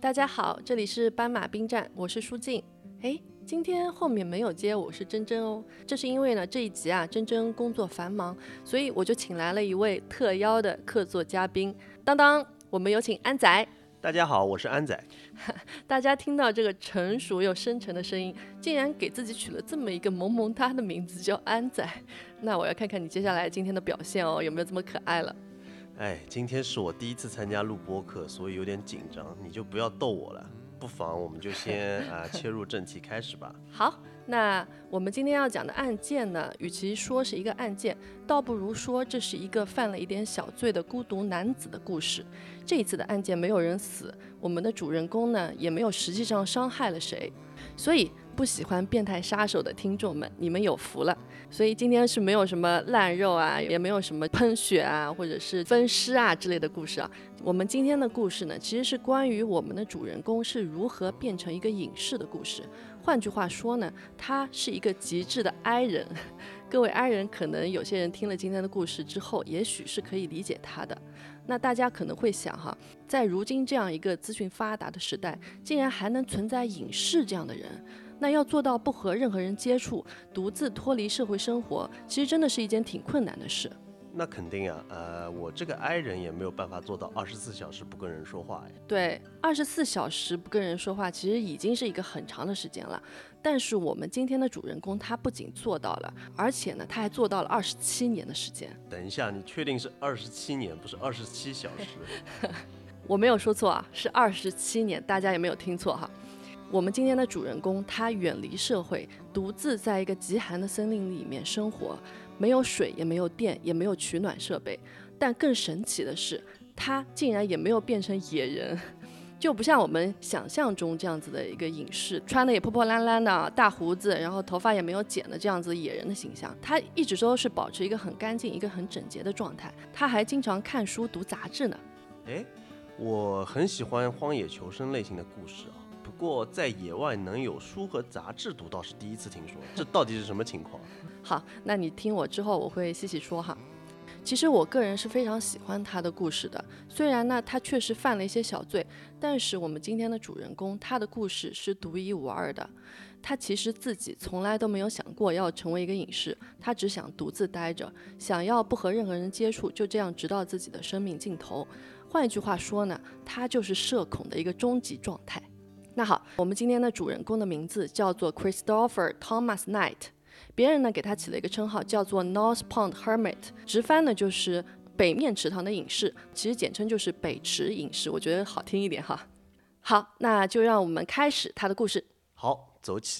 大家好，这里是斑马兵站，我是舒静。今天后面没有接我是珍珍哦，这是因为呢这一集啊，珍珍工作繁忙，所以我就请来了一位特邀的客座嘉宾。当当，我们有请安仔。 大家好，我是安仔。 大家听到这个成熟又深沉的声音，竟然给自己取了这么一个萌萌哒的名字，叫安仔。那我要看看你接下来今天的表现哦，有没有这么可爱了？ 今天是我第一次参加录播课，所以有点紧张，你就不要逗我了。不妨我们就先切入正题开始吧。 好，那我们今天要讲的案件呢，与其说是一个案件，倒不如说这是一个犯了一点小罪的孤独男子的故事。这一次的案件没有人死，我们的主人公呢也没有实际上伤害了谁，所以不喜欢变态杀手的听众们，你们有福了。所以今天是没有什么烂肉啊，也没有什么喷血啊，或者是分尸啊之类的故事啊。我们今天的故事呢，其实是关于我们的主人公是如何变成一个隐士的故事。换句话说呢，他是一个极致的 I 人。各位 I 人，可能有些人听了今天的故事之后，也许是可以理解他的。那大家可能会想哈，在如今这样一个资讯发达的时代，竟然还能存在隐士这样的人，那要做到不和任何人接触，独自脱离社会生活，其实真的是一件挺困难的事。 那肯定啊，我这个 I 人也没有办法做到24小时不跟人说话呀。 对，24小时不跟人说话，其实已经是一个很长的时间了。但是我们今天的主人公他不仅做到了，而且呢，他还做到了27年的时间。 等一下，你确定是27年，不是27小时？ 我没有说错啊，是27年，大家也没有听错哈。我们今天的主人公，他远离社会，独自在一个极寒的森林里面生活，没有水，也没有电，也没有取暖设备。但更神奇的是，他竟然也没有变成野人，就不像我们想象中这样子的一个隐士，穿的也破破烂烂的，大胡子，然后头发也没有剪的这样子野人的形象。他一直都是保持一个很干净、一个很整洁的状态。他还经常看书、读杂志呢。 我很喜欢荒野求生类型的故事啊。不过在野外能有书和杂志读到是第一次听说，这到底是什么情况？ 好，那你听我之后我会细细说哈。其实我个人是非常喜欢他的故事的，虽然呢他确实犯了一些小罪，但是我们今天的主人公他的故事是独一无二的。他其实自己从来都没有想过要成为一个隐士，他只想独自待着，想要不和任何人接触，就这样直到自己的生命尽头。换一句话说呢，他就是社恐的一个终极状态。那好，我们今天的主人公的名字叫做 Christopher Thomas Knight， 别人呢给他起了一个称号叫做 North Pond Hermit， 直翻呢就是北面池塘的隐士，其实简称就是北池隐士，我觉得好听一点哈。好，那就让我们开始他的故事。 好，走起。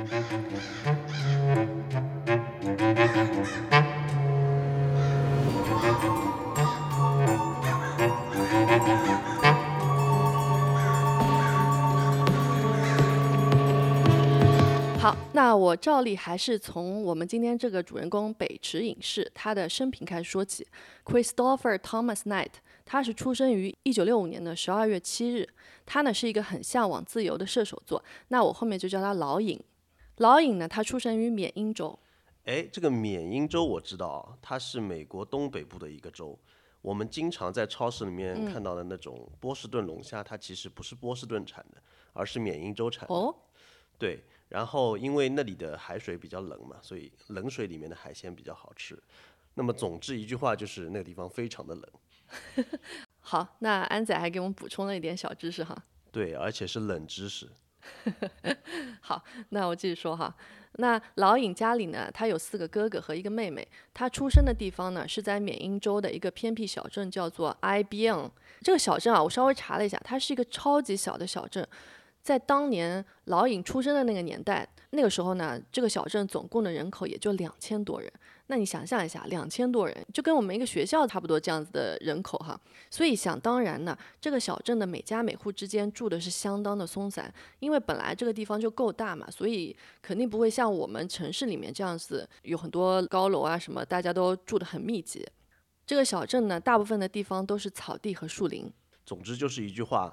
好，那我照例还是从我们今天这个主人公北池隐士他的生平开始说起。Christopher Thomas Knight， 他是出生于1965年的12月7日，他呢是一个很向往自由的射手座，那我后面就叫他老尹。老尹呢，他出生于缅因州。 这个缅因州我知道啊，它是美国东北部的一个州。我们经常在超市里面看到的那种波士顿龙虾，它其实不是波士顿产的，而是缅因州产的。 哦， 对，然后因为那里的海水比较冷嘛，所以冷水里面的海鲜比较好吃。那么总之一句话就是那个地方非常的冷。 好，那安仔还给我们补充了一点小知识哈。 对，而且是冷知识。 好，那我继续说哈。那老尹家里呢，他有4个哥哥和1个妹妹。他出生的地方呢，是在缅因州的一个偏僻小镇，叫做 IBM。这个小镇啊，我稍微查了一下，它是一个超级小的小镇。在当年老尹出生的那个年代，那个时候呢，这个小镇总共的人口也就2000多人。那你想象一下，2000多人就跟我们一个学校差不多这样子的人口哈。所以想当然呢，这个小镇的每家每户之间住的是相当的松散，因为本来这个地方就够大嘛，所以肯定不会像我们城市里面这样子有很多高楼啊什么，大家都住得很密集。这个小镇呢，大部分的地方都是草地和树林。 总之就是一句话，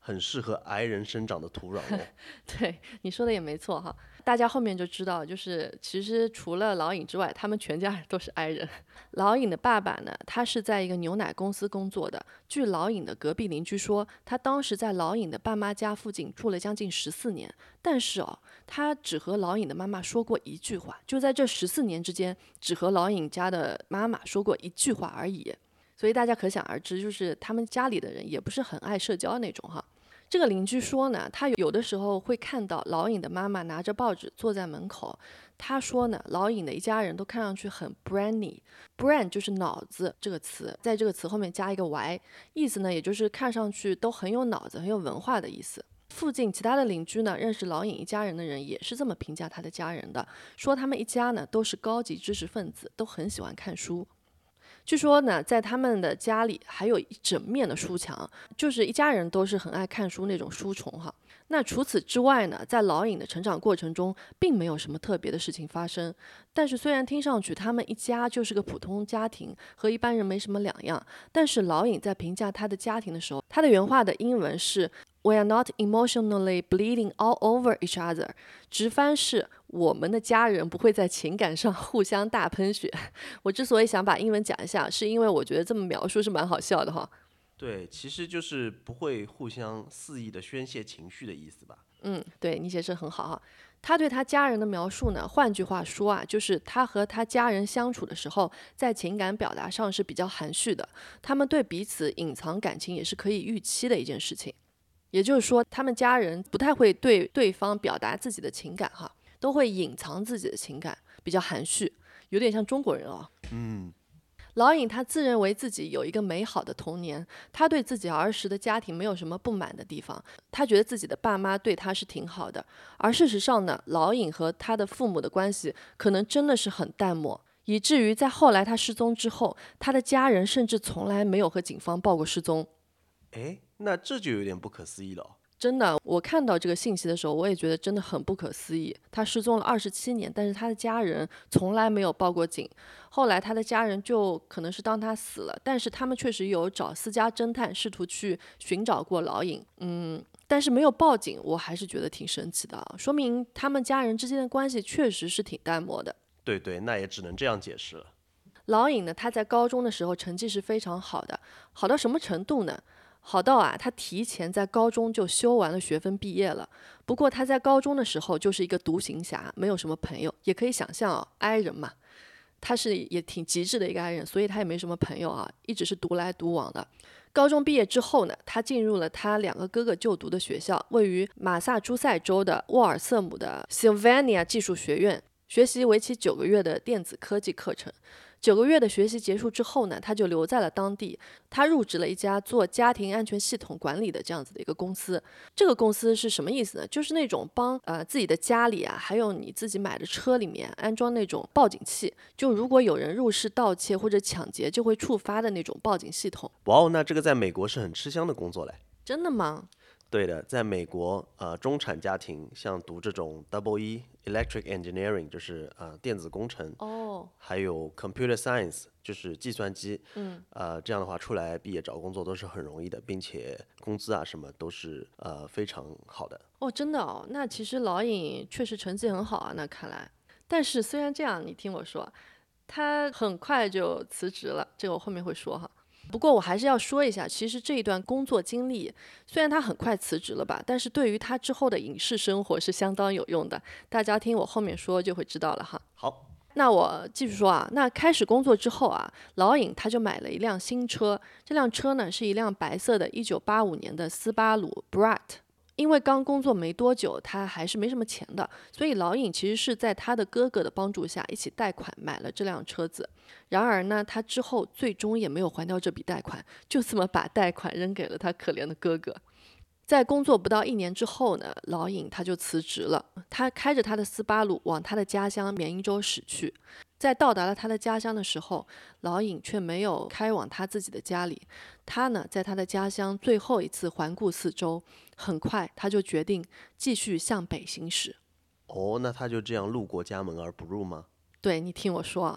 很适合矮人生长的土壤哦。 对，你说的也没错哈。大家后面就知道，就是其实除了老尹之外，他们全家人都是 i 人。老尹的爸爸呢，他是在一个牛奶公司工作的。据老尹的隔壁邻居说，他当时在老尹的爸妈家附近住了将近14年，但是他只和老尹的妈妈说过一句话，就在这14年之间，只和老尹家的妈妈说过一句话而已。所以大家可想而知，就是他们家里的人也不是很爱社交那种哈。这个邻居说呢，他有的时候会看到老尹的妈妈拿着报纸坐在门口。他说呢，老尹的一家人都看上去很 brainy，brain 就是脑子这个词，在这个词后面加一个 y， 意思呢也就是看上去都很有脑子、很有文化的意思。附近其他的邻居呢，认识老尹一家人的人也是这么评价他的家人的，说他们一家呢都是高级知识分子，都很喜欢看书。据说呢，在他们的家里还有一整面的书墙，就是一家人都是很爱看书那种书虫哈。那除此之外呢，在老尹的成长过程中，并没有什么特别的事情发生。但是虽然听上去他们一家就是个普通家庭，和一般人没什么两样，但是老尹在评价他的家庭的时候，他的原话的英文是 "We are not emotionally bleeding all over each other"， 直翻是我们的家人不会在情感上互相大喷血。我之所以想把英文讲一下，是因为我觉得这么描述是蛮好笑的哈。 对，其实就是不会互相肆意的宣泄情绪的意思吧。 对，你解释很好哈。他对他家人的描述呢，换句话说啊，就是他和他家人相处的时候，在情感表达上是比较含蓄的。他们对彼此隐藏感情也是可以预期的一件事情。也就是说，他们家人不太会对对方表达自己的情感哈，都会隐藏自己的情感，比较含蓄，有点像中国人哦。老尹他自认为自己有一个美好的童年，他对自己儿时的家庭没有什么不满的地方，他觉得自己的爸妈对他是挺好的。而事实上呢，老尹和他的父母的关系可能真的是很淡漠，以至于在后来他失踪之后，他的家人甚至从来没有和警方报过失踪。 哎，那这就有点不可思议了哦。 真的，我看到这个信息的时候，我也觉得真的很不可思议。他失踪了27年，但是他的家人从来没有报过警。后来他的家人就可能是当他死了，但是他们确实有找私家侦探试图去寻找过老尹，但是没有报警，我还是觉得挺神奇的啊，说明他们家人之间的关系确实是挺淡漠的。 对对，那也只能这样解释了。 老尹呢，他在高中的时候成绩是非常好的，好到什么程度呢？好到他提前在高中就修完了学分毕业了。不过他在高中的时候就是一个独行侠，没有什么朋友，也可以想象，i 人嘛，他是也挺极致的一个 i 人，所以他也没什么朋友啊，一直是独来独往的。高中毕业之后呢，他进入了他2个哥哥就读的学校，位于马萨诸塞州的沃尔瑟姆的 Sylvania 技术学院，学习为期9个月的电子科技课程。9个月的学习结束之后呢，他就留在了当地。他入职了一家做家庭安全系统管理的这样子的一个公司。这个公司是什么意思呢？就是那种帮自己的家里啊，还有你自己买的车里面安装那种报警器，就如果有人入室盗窃或者抢劫，就会触发的那种报警系统。 哇哦，那这个在美国是很吃香的工作嘞。 真的吗？ 对的，在美国，中产家庭像读这种 Double E Electric Engineering，就是电子工程，还有 Computer Science，就是计算机，这样的话出来毕业找工作都是很容易的，并且工资啊什么都是非常好的。 真的哦，那其实老尹确实成绩很好啊，那看来。但是虽然这样，你听我说，他很快就辞职了，这个我后面会说哈。不过我还是要说一下，其实这一段工作经历，虽然他很快辞职了吧，但是对于他之后的影视生活是相当有用的。大家听我后面说就会知道了哈。 好， 那我继续说啊，那开始工作之后啊，老尹他就买了一辆新车，这辆车呢是一辆白色的1985年的斯巴鲁 Brat。因为刚工作没多久，他还是没什么钱的，所以老尹其实是在他的哥哥的帮助下一起贷款买了这辆车子。然而呢，他之后最终也没有还掉这笔贷款，就这么把贷款扔给了他可怜的哥哥。在工作不到1年之后呢，老尹他就辞职了。他开着他的斯巴鲁往他的家乡缅因州驶去。在到达了他的家乡的时候，老尹却没有开往他自己的家里。他呢，在他的家乡最后一次环顾四周，很快他就决定继续向北行驶。 哦，那他就这样路过家门而不入吗？ 对，你听我说啊，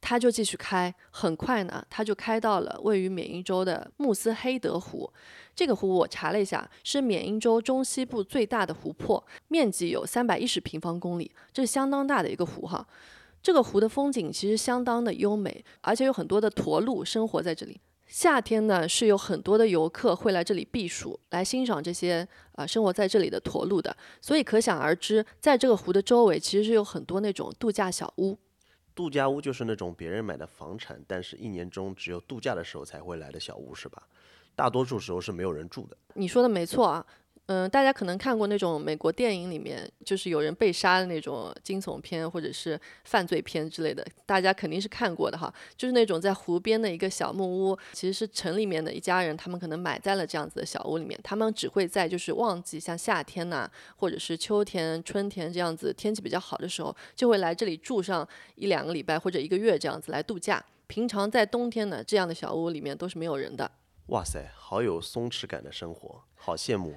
他就继续开，很快呢，他就开到了位于缅因州的穆斯黑德湖。这个湖我查了一下，是缅因州中西部最大的湖泊，面积有310平方公里，这是相当大的一个湖哈。这个湖的风景其实相当的优美，而且有很多的驼鹿生活在这里。夏天呢，是有很多的游客会来这里避暑，来欣赏这些生活在这里的驼鹿的。所以可想而知，在这个湖的周围其实是有很多那种度假小屋。 度假屋就是那种别人买的房产，但是一年中只有度假的时候才会来的小屋，是吧？大多数时候是没有人住的。 你说的没错啊。大家可能看过那种美国电影里面，就是有人被杀的那种惊悚片或者是犯罪片之类的，大家肯定是看过的哈。就是那种在湖边的一个小木屋，其实是城里面的一家人，他们可能买在了这样子的小屋里面，他们只会在就是旺季，像夏天呐、或者是秋天、春天这样子天气比较好的时候，就会来这里住上1-2个礼拜或者1个月这样子来度假。平常在冬天呢，这样的小屋里面都是没有人的。 哇塞，好有松弛感的生活，好羡慕。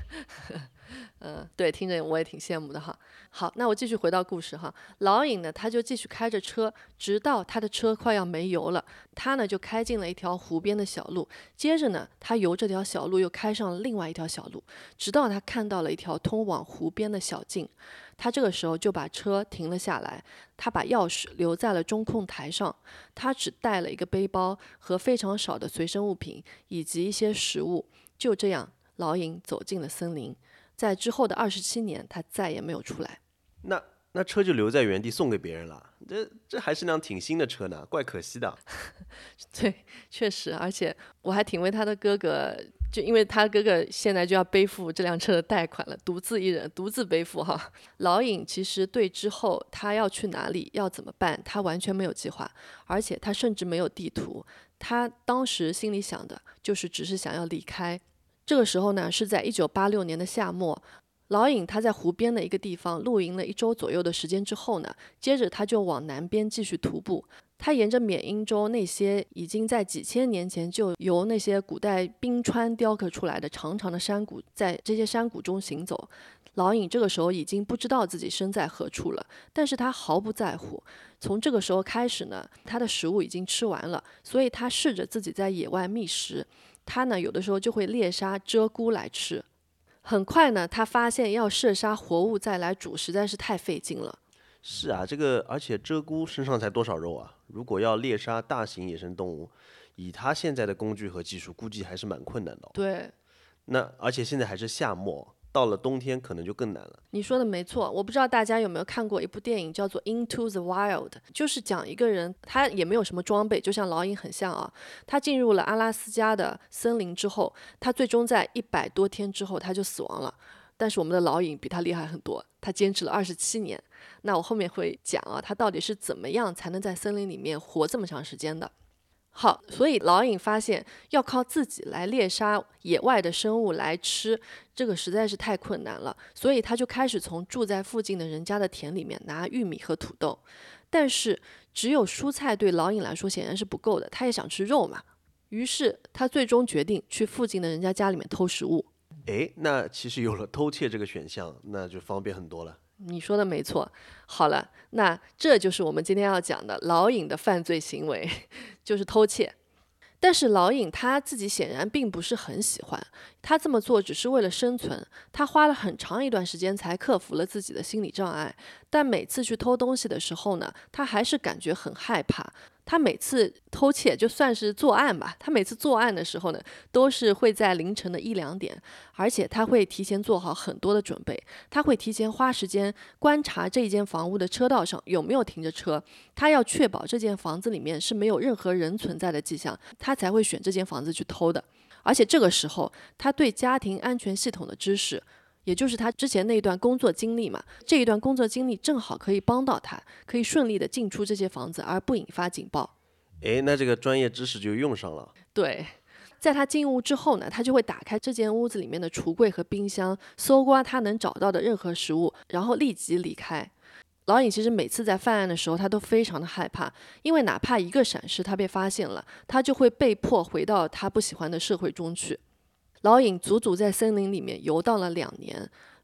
对，听着我也挺羡慕的哈。好，那我继续回到故事哈。老尹呢，他就继续开着车，直到他的车快要没油了，他呢就开进了一条湖边的小路。接着呢，他由这条小路又开上了另外一条小路，直到他看到了一条通往湖边的小径。他这个时候就把车停了下来，他把钥匙留在了中控台上，他只带了一个背包和非常少的随身物品以及一些食物。就这样，老尹走进了森林。在之后的27年，他再也没有出来。 那车就留在原地送给别人了，这还是辆挺新的车呢，怪可惜的。 对，确实，而且我还挺为他的哥哥，就因为他哥哥现在就要背负这辆车的贷款了，独自一人，独自背负哈。老尹其实对之后他要去哪里，要怎么办，他完全没有计划，而且他甚至没有地图。他当时心里想的就是只是想要离开。这个时候呢，是在1986年的夏末。老尹他在湖边的一个地方露营了1周左右的时间之后呢，接着他就往南边继续徒步。他沿着缅因州那些已经在几千年前就由那些古代冰川雕刻出来的长长的山谷，在这些山谷中行走。老尹这个时候已经不知道自己身在何处了，但是他毫不在乎。从这个时候开始呢，他的食物已经吃完了，所以他试着自己在野外觅食。他呢，有的时候就会猎杀鹧鸪来吃。很快呢，他发现要射杀活物再来煮实在是太费劲了。 是啊，而且鹧鸪身上才多少肉啊？如果要猎杀大型野生动物，以他现在的工具和技术，估计还是蛮困难的哦。 对， 而且现在还是夏末，到了冬天可能就更难了。 你说的没错，我不知道大家有没有看过一部电影叫做《Into the Wild》，就是讲一个人，他也没有什么装备，就像老鹰很像啊。他进入了阿拉斯加的森林之后，他最终在100多天之后他就死亡了。但是我们的老尹比他厉害很多，他坚持了27年。那我后面会讲啊，他到底是怎么样才能在森林里面活这么长时间的。好，所以老尹发现要靠自己来猎杀野外的生物来吃，这个实在是太困难了，所以他就开始从住在附近的人家的田里面拿玉米和土豆。但是只有蔬菜对老尹来说显然是不够的，他也想吃肉嘛。于是他最终决定去附近的人家家里面偷食物。 诶，那其实有了偷窃这个选项，那就方便很多了。 你说的没错。好了，那这就是我们今天要讲的老尹的犯罪行为，就是偷窃。但是老尹他自己显然并不是很喜欢，他这么做只是为了生存。他花了很长一段时间才克服了自己的心理障碍，但每次去偷东西的时候呢，他还是感觉很害怕。他每次偷窃就算是作案吧，他每次作案的时候呢，都是会在凌晨的1-2点，而且他会提前做好很多的准备，他会提前花时间观察这间房屋的车道上有没有停着车，他要确保这间房子里面是没有任何人存在的迹象，他才会选这间房子去偷的。而且这个时候，他对家庭安全系统的知识，也就是他之前那一段工作经历嘛，这一段工作经历正好可以帮到他，可以顺利的进出这些房子而不引发警报。 诶，那这个专业知识就用上了。 对，在他进屋之后呢，他就会打开这间屋子里面的橱柜和冰箱，搜刮他能找到的任何食物，然后立即离开。老尹其实每次在犯案的时候，他都非常的害怕，因为哪怕一个闪失他被发现了，他就会被迫回到他不喜欢的社会中去。老尹足足在森林里面游荡了2年，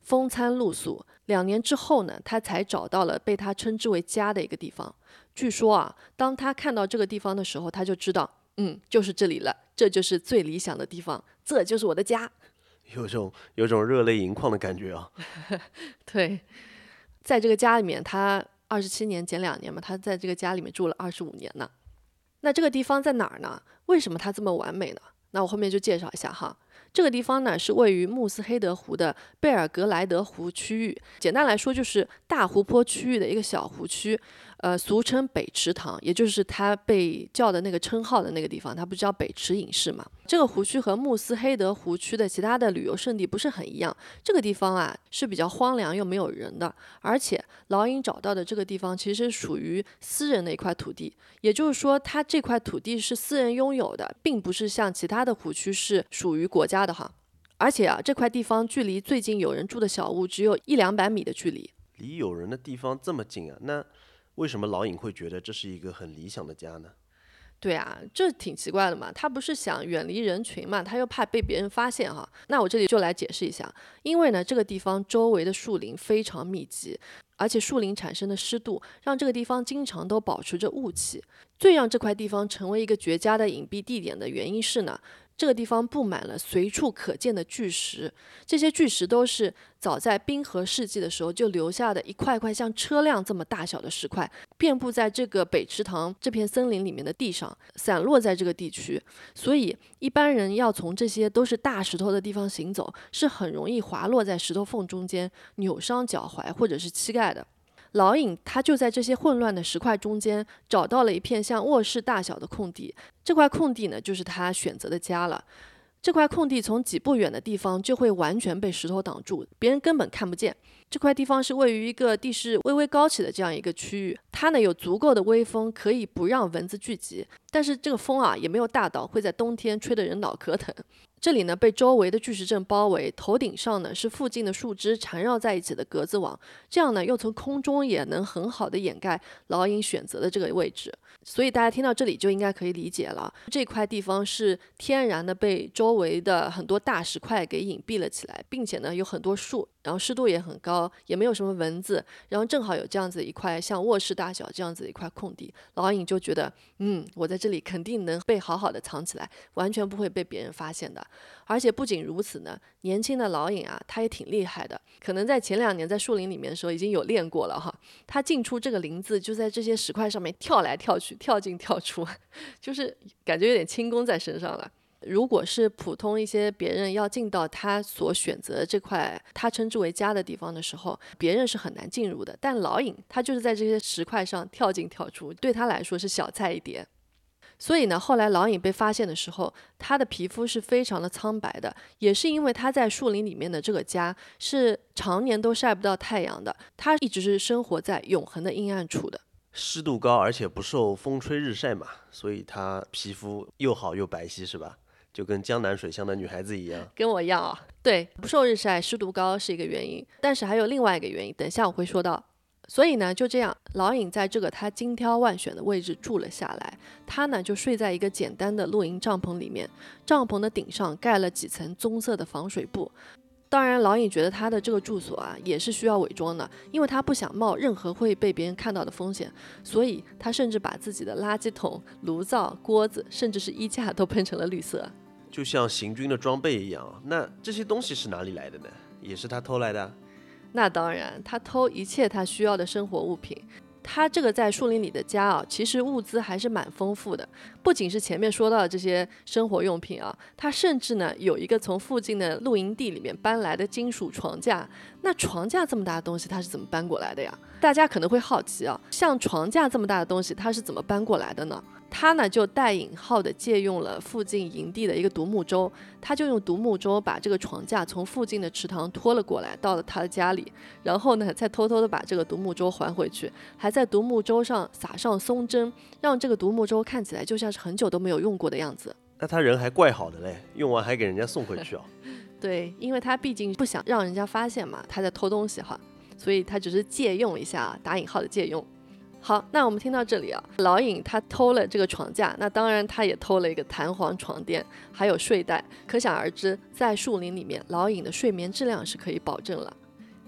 风餐露宿。2年之后呢，他才找到了被他称之为家的一个地方。据说啊，当他看到这个地方的时候，他就知道，就是这里了，这就是最理想的地方，这就是我的家。 有种热泪盈眶的感觉啊。 对，在这个家里面，他27年减2年嘛，他在这个家里面住了25年呢。那这个地方在哪儿呢？为什么它这么完美呢？那我后面就介绍一下哈。这个地方呢是位于慕斯黑德湖的贝尔格莱德湖区域，简单来说就是大湖泊区域的一个小湖区，俗称北池塘，也就是它被叫的那个称号的那个地方，它不是叫北池隐士嘛？这个湖区和慕斯黑德湖区的其他的旅游胜地不是很一样，这个地方啊是比较荒凉又没有人的，而且老尹找到的这个地方其实属于私人的一块土地，也就是说它这块土地是私人拥有的，并不是像其他的湖区是属于国家的哈。而且啊，这块地方距离最近有人住的小屋只有100-200米的距离。 离有人的地方这么近啊，那为什么老尹会觉得这是一个很理想的家呢？ 对啊，这挺奇怪的嘛，他不是想远离人群嘛，他又怕被别人发现哈。那我这里就来解释一下，因为呢，这个地方周围的树林非常密集，而且树林产生的湿度让这个地方经常都保持着雾气。最让这块地方成为一个绝佳的隐蔽地点的原因是呢，这个地方布满了随处可见的巨石，这些巨石都是早在冰河世纪的时候就留下的一块块像车辆这么大小的石块，遍布在这个北池塘这片森林里面的地上，散落在这个地区。所以一般人要从这些都是大石头的地方行走，是很容易滑落在石头缝中间，扭伤脚踝或者是膝盖的。老尹他就在这些混乱的石块中间找到了一片像卧室大小的空地，这块空地呢就是他选择的家了。这块空地从几步远的地方就会完全被石头挡住，别人根本看不见。这块地方是位于一个地势微微高起的这样一个区域，它呢有足够的微风可以不让蚊子聚集，但是这个风啊也没有大到会在冬天吹得人脑壳疼。这里呢被周围的巨石阵包围，头顶上呢是附近的树枝缠绕在一起的格子网，这样呢又从空中也能很好的掩盖老尹选择的这个位置。所以大家听到这里就应该可以理解了，这块地方是天然的被周围的很多大石块给隐蔽了起来，并且呢有很多树，然后湿度也很高，也没有什么蚊子，然后正好有这样子一块像卧室大小这样子一块空地，老尹就觉得我在这里肯定能被好好的藏起来，完全不会被别人发现的。而且不仅如此呢，年轻的老尹啊他也挺厉害的，可能在前2年在树林里面的时候已经有练过了哈。他进出这个林子就在这些石块上面跳来跳去，跳进跳出，就是感觉有点轻功在身上了。如果是普通一些别人要进到他所选择的这块他称之为家的地方的时候，别人是很难进入的，但老尹他就是在这些石块上跳进跳出，对他来说是小菜一碟。所以呢，后来老尹被发现的时候，他的皮肤是非常的苍白的，也是因为他在树林里面的这个家是常年都晒不到太阳的，他一直是生活在永恒的阴暗处的。 湿度高，而且不受风吹日晒嘛，所以她皮肤又好又白皙，是吧？就跟江南水乡的女孩子一样。 跟我一样啊，对，不受日晒、湿度高是一个原因，但是还有另外一个原因，等一下我会说到。所以呢，就这样，老尹在这个他精挑万选的位置住了下来。他呢就睡在一个简单的露营帐篷里面，帐篷的顶上盖了几层棕色的防水布。当然，老尹觉得他的这个住所啊也是需要伪装的，因为他不想冒任何会被别人看到的风险，所以他甚至把自己的垃圾桶、炉灶、锅子，甚至是衣架都喷成了绿色， 就像行军的装备一样。那这些东西是哪里来的呢？也是他偷来的？ 那当然，他偷一切他需要的生活物品。他这个在树林里的家啊，其实物资还是蛮丰富的，不仅是前面说到的这些生活用品啊，他甚至呢有一个从附近的露营地里面搬来的金属床架。那床架这么大的东西，他是怎么搬过来的呀？大家可能会好奇啊，像床架这么大的东西，他是怎么搬过来的呢？他呢就带引号的借用了附近营地的一个独木舟，他就用独木舟把这个床架从附近的池塘拖了过来，到了他的家里，然后呢再偷偷的把这个独木舟还回去，还在独木舟上撒上松针，让这个独木舟看起来就像是很久都没有用过的样子。 那他人还怪好的嘞，用完还给人家送回去啊。 对，因为他毕竟不想让人家发现嘛，他在偷东西哈，所以他只是借用一下，打引号的借用。好，那我们听到这里啊，老尹他偷了这个床架，那当然他也偷了一个弹簧床垫，还有睡袋，可想而知，在树林里面，老尹的睡眠质量是可以保证了。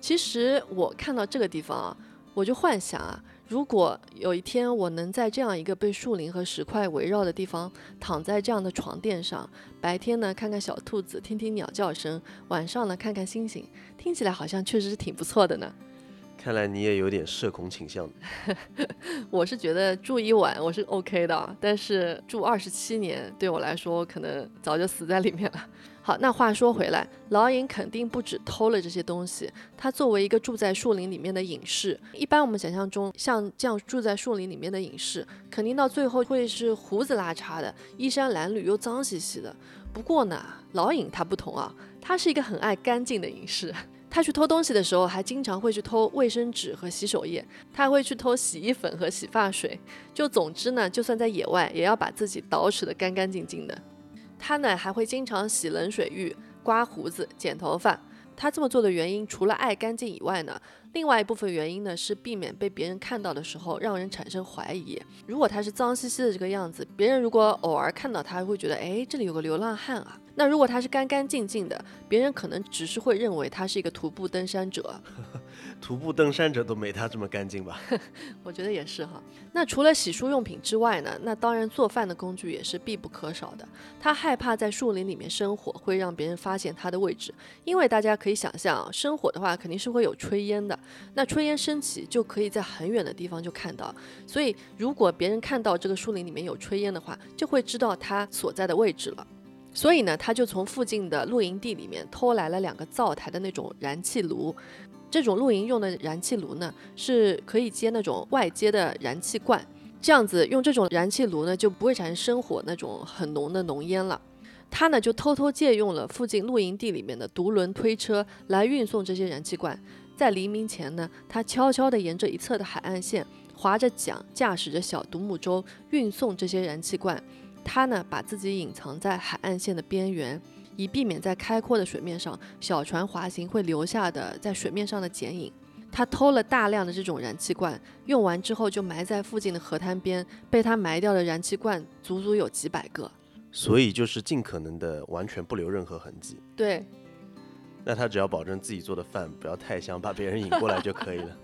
其实我看到这个地方啊，我就幻想啊，如果有一天我能在这样一个被树林和石块围绕的地方，躺在这样的床垫上，白天呢看看小兔子，听听鸟叫声，晚上呢看看星星，听起来好像确实是挺不错的呢。 看来你也有点社恐倾向。 我是觉得住一晚我是 OK 的，但是住27年对我来说可能早就死在里面了。好，那话说回来，老尹肯定不止偷了这些东西，他作为一个住在树林里面的隐士，一般我们想象中像这样住在树林里面的隐士，肯定到最后会是胡子拉碴的，衣衫褴褛又脏兮兮的。不过呢，老尹他不同啊，他是一个很爱干净的隐士。他去偷东西的时候，还经常会去偷卫生纸和洗手液，他还会去偷洗衣粉和洗发水。就总之呢，就算在野外，也要把自己捯饬得干干净净的。他呢，还会经常洗冷水浴、刮胡子、剪头发。他这么做的原因，除了爱干净以外呢，另外一部分原因呢，是避免被别人看到的时候让人产生怀疑。如果他是脏兮兮的这个样子，别人如果偶尔看到他，会觉得，哎，这里有个流浪汉啊。那如果他是干干净净的，别人可能只是会认为他是一个徒步登山者。 徒步登山者都没他这么干净吧？ 我觉得也是哈。那除了洗漱用品之外呢，那当然做饭的工具也是必不可少的。他害怕在树林里面生火会让别人发现他的位置，因为大家可以想象，生火的话肯定是会有炊烟的，那炊烟升起就可以在很远的地方就看到，所以如果别人看到这个树林里面有炊烟的话，就会知道他所在的位置了。所以呢，他就从附近的露营地里面偷来了2个灶台的那种燃气炉。这种露营用的燃气炉呢，是可以接那种外接的燃气罐，这样子用这种燃气炉呢，就不会产生生火那种很浓的浓烟了。他呢就偷偷借用了附近露营地里面的独轮推车来运送这些燃气罐。在黎明前呢，他悄悄地沿着一侧的海岸线，划着桨，驾驶着小独木舟运送这些燃气罐。他呢把自己隐藏在海岸线的边缘，以避免在开阔的水面上小船滑行会留下的在水面上的剪影。他偷了大量的这种燃气罐，用完之后就埋在附近的河滩边，被他埋掉的燃气罐足足有几百个。 所以就是尽可能的完全不留任何痕迹。 对， 那他只要保证自己做的饭不要太香，把别人引过来就可以了。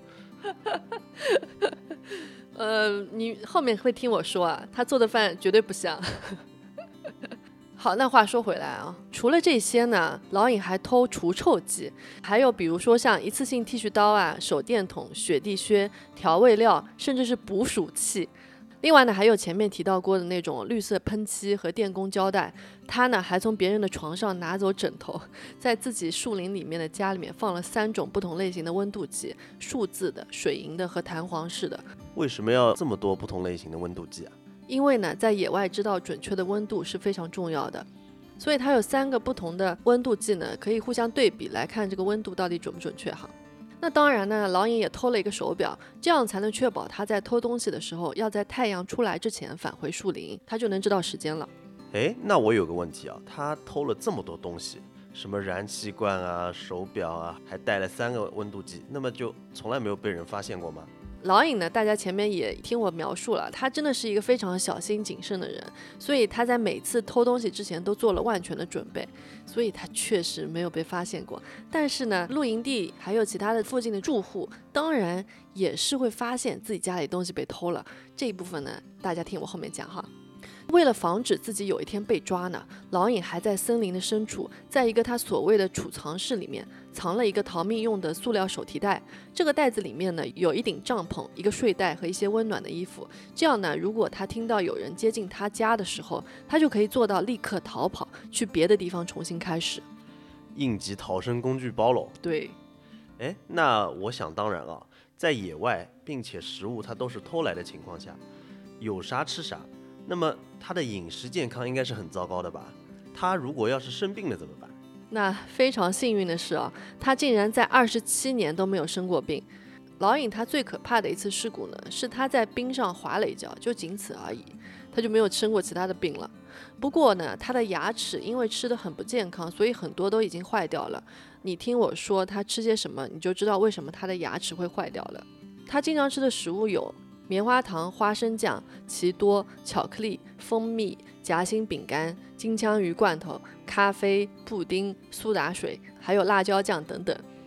你后面会听我说啊，他做的饭绝对不香。好，那话说回来啊，除了这些呢，老尹还偷除臭剂，还有比如说像一次性剃须刀啊、手电筒、雪地靴、调味料，甚至是捕鼠器。另外呢，还有前面提到过的那种绿色喷漆和电工胶带。他呢还从别人的床上拿走枕头，在自己树林里面的家里面放了3种不同类型的温度计，数字的、水银的和弹簧式的。 为什么要这么多不同类型的温度计啊？ 因为呢，在野外知道准确的温度是非常重要的，所以它有3个不同的温度计呢，可以互相对比来看这个温度到底准不准确哈。那当然呢，老尹也偷了一个手表，这样才能确保他在偷东西的时候要在太阳出来之前返回树林，他就能知道时间了。 哎，那我有个问题啊，他偷了这么多东西，什么燃气罐啊、手表啊，还带了3个温度计，那么就从来没有被人发现过吗？ 老尹呢，大家前面也听我描述了，他真的是一个非常小心谨慎的人，所以他在每次偷东西之前都做了万全的准备，所以他确实没有被发现过。但是呢，露营地还有其他的附近的住户，当然也是会发现自己家里东西被偷了。这一部分呢，大家听我后面讲哈。为了防止自己有一天被抓呢，老尹还在森林的深处，在一个他所谓的储藏室里面藏了一个逃命用的塑料手提袋。这个袋子里面呢，有一顶帐篷、一个睡袋和一些温暖的衣服。这样呢，如果他听到有人接近他家的时候，他就可以做到立刻逃跑，去别的地方重新开始。 应急逃生工具包喽。 对， 哎，那我想当然啊，在野外，并且食物它都是偷来的情况下，有啥吃啥。那么他的饮食健康应该是很糟糕的吧？他如果要是生病了怎么办？ 那非常幸运的是啊，他竟然在27年都没有生过病。老尹他最可怕的一次事故呢，是他在冰上滑了一跤，就仅此而已，他就没有生过其他的病了。不过呢，他的牙齿因为吃得很不健康，所以很多都已经坏掉了。你听我说他吃些什么，你就知道为什么他的牙齿会坏掉了。他经常吃的食物有棉花糖、花生酱、奇多、巧克力、蜂蜜、夹心饼干、金枪鱼罐头、咖啡、布丁、苏打水，还有辣椒酱等等。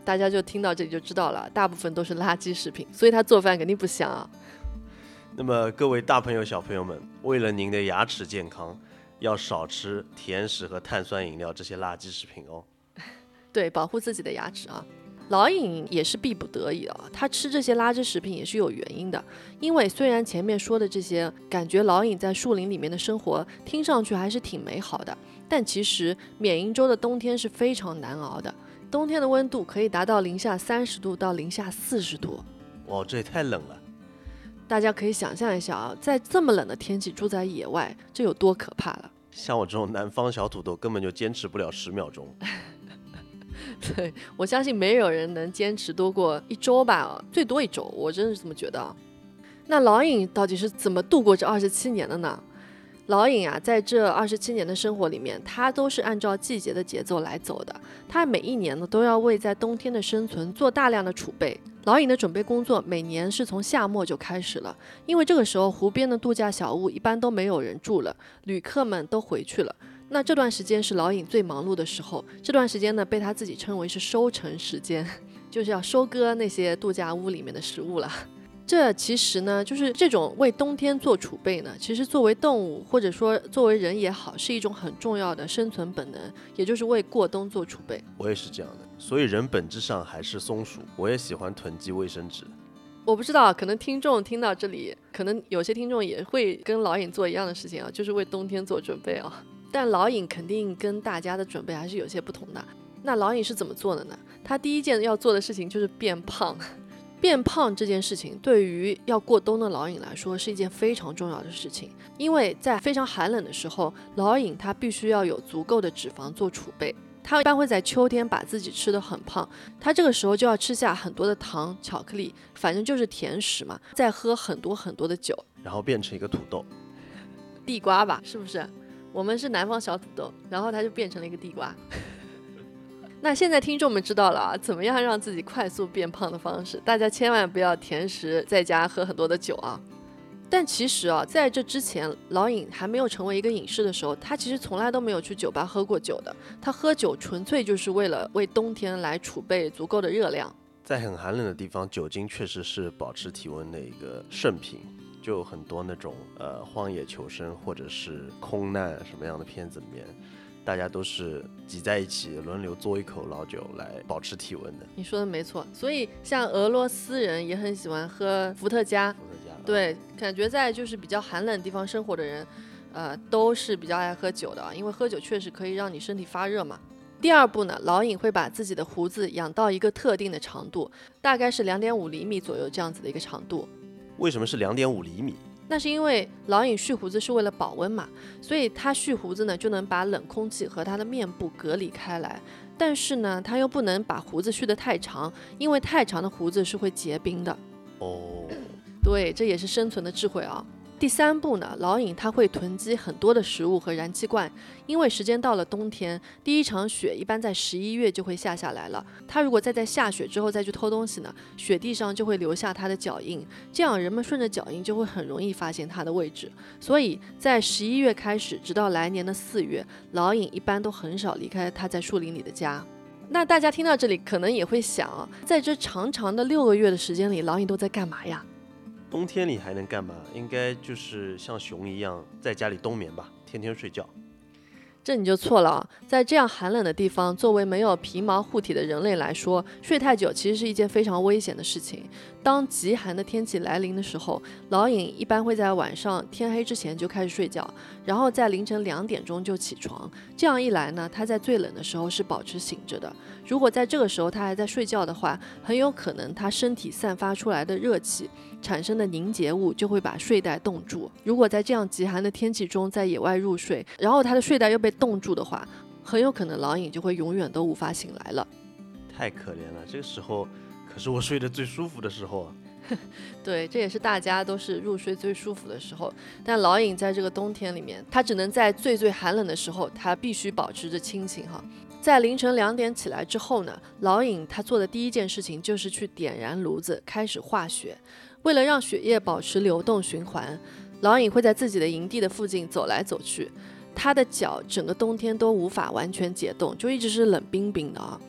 大家就听到这里就知道了，大部分都是垃圾食品，所以他做饭肯定不香啊。 那么各位大朋友小朋友们，为了您的牙齿健康，要少吃甜食和碳酸饮料这些垃圾食品哦。 对，保护自己的牙齿啊。老尹也是逼不得已啊，他吃这些垃圾食品也是有原因的。因为虽然前面说的这些，感觉老尹在树林里面的生活听上去还是挺美好的，但其实缅因州的冬天是非常难熬的，冬天的温度可以达到-30度到-40度。 哇，这也太冷了。 大家可以想象一下啊，在这么冷的天气住在野外，这有多可怕了。 像我这种南方小土豆根本就坚持不了10秒钟。 对，我相信没有人能坚持多过1周吧，最多1周，我真的是这么觉得。那老尹到底是怎么度过这27年的呢？老尹啊，在这27年的生活里面，他都是按照季节的节奏来走的。他每一年呢，都要为在冬天的生存做大量的储备。老尹的准备工作每年是从夏末就开始了，因为这个时候湖边的度假小屋一般都没有人住了，旅客们都回去了。那这段时间是老尹最忙碌的时候，这段时间呢，被他自己称为是收成时间，就是要收割那些度假屋里面的食物了。这其实呢，就是这种为冬天做储备呢，其实作为动物或者说作为人也好，是一种很重要的生存本能，也就是为过冬做储备。 我也是这样的，所以人本质上还是松鼠，我也喜欢囤积卫生纸。 我不知道，可能听众听到这里，可能有些听众也会跟老尹做一样的事情啊，就是为冬天做准备啊。但老尹肯定跟大家的准备还是有些不同的。那老尹是怎么做的呢？他第一件要做的事情就是变胖。变胖这件事情对于要过冬的老尹来说是一件非常重要的事情，因为在非常寒冷的时候，老尹他必须要有足够的脂肪做储备。他一般会在秋天把自己吃得很胖，他这个时候就要吃下很多的糖、巧克力，反正就是甜食嘛，再喝很多很多的酒， 然后变成一个土豆， 地瓜吧，是不是？我们是南方小土豆，然后他就变成了一个地瓜。那现在听众们知道了啊，怎么样让自己快速变胖的方式，大家千万不要甜食在家喝很多的酒啊。但其实啊，在这之前，老尹还没有成为一个隐士的时候，他其实从来都没有去酒吧喝过酒的。他喝酒纯粹就是为了为冬天来储备足够的热量。 在很寒冷的地方，酒精确实是保持体温的一个圣品。就很多那种荒野求生或者是空难什么样的片子里面，大家都是挤在一起轮流嘬一口老酒来保持体温的。 你说的没错，所以像俄罗斯人也很喜欢喝伏特加。对，感觉在就是比较寒冷地方生活的人，都是比较爱喝酒的，因为喝酒确实可以让你身体发热嘛。第二步呢，老尹会把自己的胡子养到一个特定的长度，大概是2.5厘米左右这样子的一个长度。 为什么是2.5厘米？ 那是因为老尹蓄胡子是为了保温嘛，所以他蓄胡子呢就能把冷空气和他的面部隔离开来。但是呢，他又不能把胡子蓄得太长，因为太长的胡子是会结冰的。 哦， 对，这也是生存的智慧啊。第三步呢，老尹他会囤积很多的食物和燃气罐，因为时间到了冬天，第一场雪一般在11月就会下来了。他如果再在下雪之后再去偷东西呢，雪地上就会留下他的脚印，这样人们顺着脚印就会很容易发现他的位置。所以在11月开始，直到来年的4月，老尹一般都很少离开他在树林里的家。那大家听到这里可能也会想啊，在这长长的6个月的时间里，老尹都在干嘛呀？ 冬天里还能干嘛？应该就是像熊一样在家里冬眠吧，天天睡觉。 这你就错了啊！在这样寒冷的地方，作为没有皮毛护体的人类来说，睡太久其实是一件非常危险的事情。当极寒的天气来临的时候，老尹一般会在晚上天黑之前就开始睡觉，然后在凌晨2点钟就起床。这样一来呢，他在最冷的时候是保持醒着的。如果在这个时候他还在睡觉的话，很有可能他身体散发出来的热气产生的凝结物就会把睡袋冻住。如果在这样极寒的天气中在野外入睡，然后他的睡袋又被冻住的话，很有可能老尹就会永远都无法醒来了。 太可怜了，这个时候可是我睡得最舒服的时候啊。 对，这也是大家都是入睡最舒服的时候，但老尹在这个冬天里面，他只能在最寒冷的时候，他必须保持着清醒哈。在凌晨2点起来之后呢，老尹他做的第一件事情就是去点燃炉子，开始化雪。为了让血液保持流动循环，老尹会在自己的营地的附近走来走去，他的脚整个冬天都无法完全解冻，就一直是冷冰冰的啊。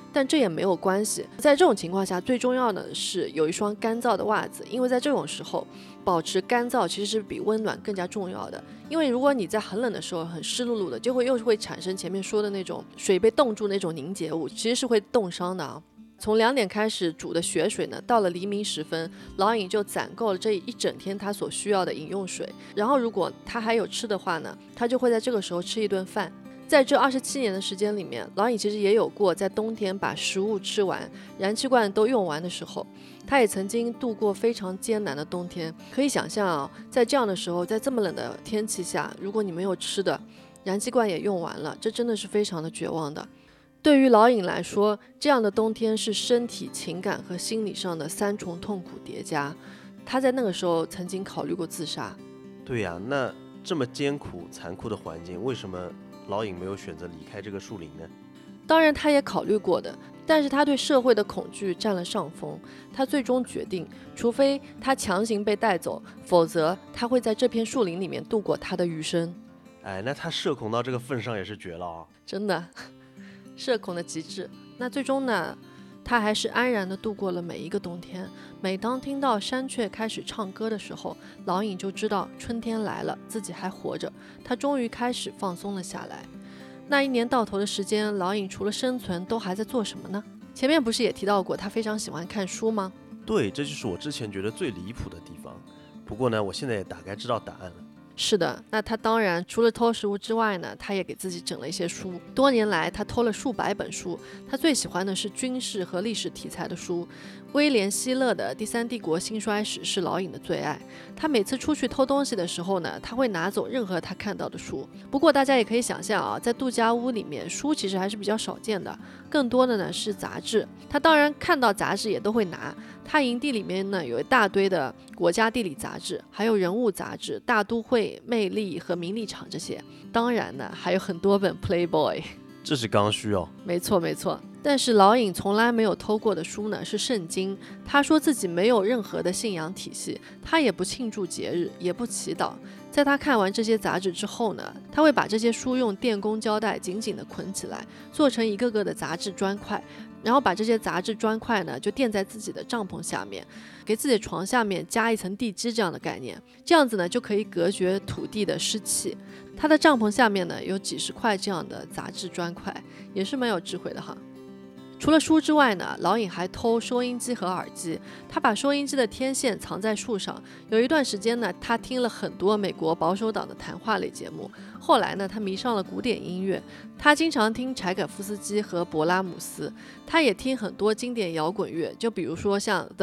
但这也没有关系。在这种情况下，最重要的是有一双干燥的袜子，因为在这种时候保持干燥其实是比温暖更加重要的。因为如果你在很冷的时候很湿漉漉的，又会产生前面说的那种水被冻住那种凝结物，其实是会冻伤的啊。从2点开始煮的血水呢，到了黎明时分，老尹就攒够了这一整天他所需要的饮用水。然后如果他还有吃的话呢，他就会在这个时候吃一顿饭。在这27年的时间里面，老尹其实也有过在冬天把食物吃完、燃气罐都用完的时候。他也曾经度过非常艰难的冬天。可以想象啊，在这样的时候，在这么冷的天气下，如果你没有吃的，燃气罐也用完了，这真的是非常的绝望的。对于老尹来说，这样的冬天是身体、情感和心理上的3重痛苦叠加。他在那个时候曾经考虑过自杀。 对呀，那这么艰苦残酷的环境，为什么老尹没有选择离开这个树林呢？ 当然他也考虑过的，但是他对社会的恐惧占了上风。他最终决定，除非他强行被带走，否则他会在这片树林里面度过他的余生。 哎，那他社恐到这个份上也是绝了啊！ 真的，社恐的极致。那最终呢，他还是安然地度过了每一个冬天。每当听到山雀开始唱歌的时候，老尹就知道春天来了，自己还活着。他终于开始放松了下来。那1年到头的时间，老尹除了生存都还在做什么呢？前面不是也提到过他非常喜欢看书吗？ 对，这就是我之前觉得最离谱的地方。不过呢，我现在也大概知道答案了。 是的，那他当然除了偷食物之外呢，他也给自己整了一些书。多年来，他偷了数百本书。他最喜欢的是军事和历史题材的书。威廉·希勒的《第三帝国兴衰史》是老尹的最爱。他每次出去偷东西的时候呢，他会拿走任何他看到的书。不过大家也可以想象啊，在度假屋里面，书其实还是比较少见的，更多的呢是杂志。他当然看到杂志也都会拿。他营地里面呢有一大堆的国家地理杂志，还有人物杂志、大都会、魅力和名利场这些。当然呢，还有很多本 Playboy。 这是刚需哦。 没错没错。但是老尹从来没有偷过的书呢是圣经。他说自己没有任何的信仰体系，他也不庆祝节日，也不祈祷。在他看完这些杂志之后呢，他会把这些书用电工胶带紧紧地捆起来，做成一个个的杂志砖块，然后把这些杂志砖块呢就垫在自己的帐篷下面，给自己的床下面加一层地基这样的概念。这样子呢就可以隔绝土地的湿气。他的帐篷下面呢有几十块这样的杂志砖块，也是蛮有智慧的哈。除了书之外呢，老尹还偷收音机和耳机。他把收音机的天线藏在树上。有一段时间呢，他听了很多美国保守党的谈话类节目。后来呢，他迷上了古典音乐。他经常听柴可夫斯基和勃拉姆斯。他也听很多经典摇滚乐，就比如说像 The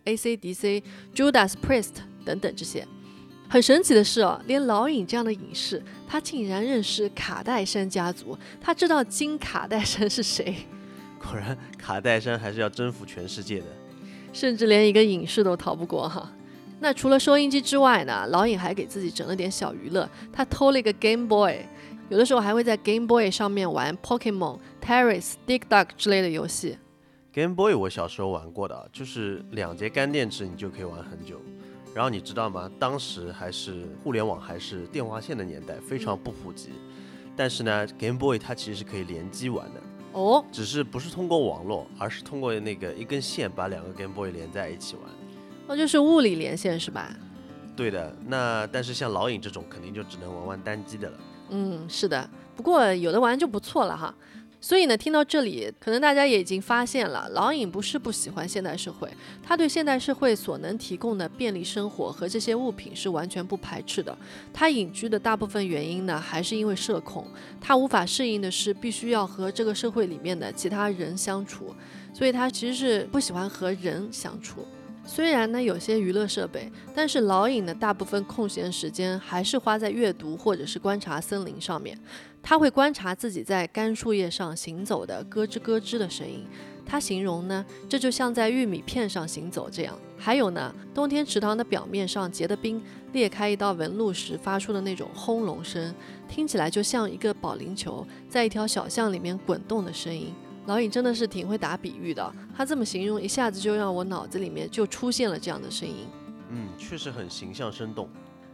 Who、AC/DC、Judas Priest 等等这些。很神奇的是哦，连老尹这样的隐士，他竟然认识卡戴珊家族。他知道金卡戴珊是谁。 果然，卡戴珊还是要征服全世界的， 甚至连一个隐士都逃不过哈。那除了收音机之外呢，老尹还给自己整了点小娱乐。他偷了一个 Game Boy， 有的时候还会在 Game Boy 上面玩 Pokemon、Terrace、Dig Dug 之类的游戏。 Game Boy 我小时候玩过的，就是2节干电池你就可以玩很久。然后你知道吗？当时还是互联网还是电话线的年代，非常不普及。但是呢 ，Game Boy 它其实是可以联机玩的。 哦， 只是不是通过网络，而是通过那个一根线把2个 Game Boy 连在一起玩。 那就是物理连线是吧？ 对的。那但是像老尹这种肯定就只能玩玩单机的了。 是的。不过有的玩就不错了哈。所以呢，听到这里，可能大家也已经发现了，老尹不是不喜欢现代社会，他对现代社会所能提供的便利生活和这些物品是完全不排斥的。他隐居的大部分原因呢，还是因为社恐，他无法适应的是必须要和这个社会里面的其他人相处，所以他其实是不喜欢和人相处。虽然呢有些娱乐设备，但是老尹的大部分空闲时间还是花在阅读或者是观察森林上面。他会观察自己在干树叶上行走的咯吱咯吱的声音，他形容呢，这就像在玉米片上行走这样。还有呢，冬天池塘的表面上结的冰裂开一道纹路时发出的那种轰隆声，听起来就像一个保龄球在一条小巷里面滚动的声音。老尹真的是挺会打比喻的，他这么形容，一下子就让我脑子里面就出现了这样的声音。 确实很形象生动。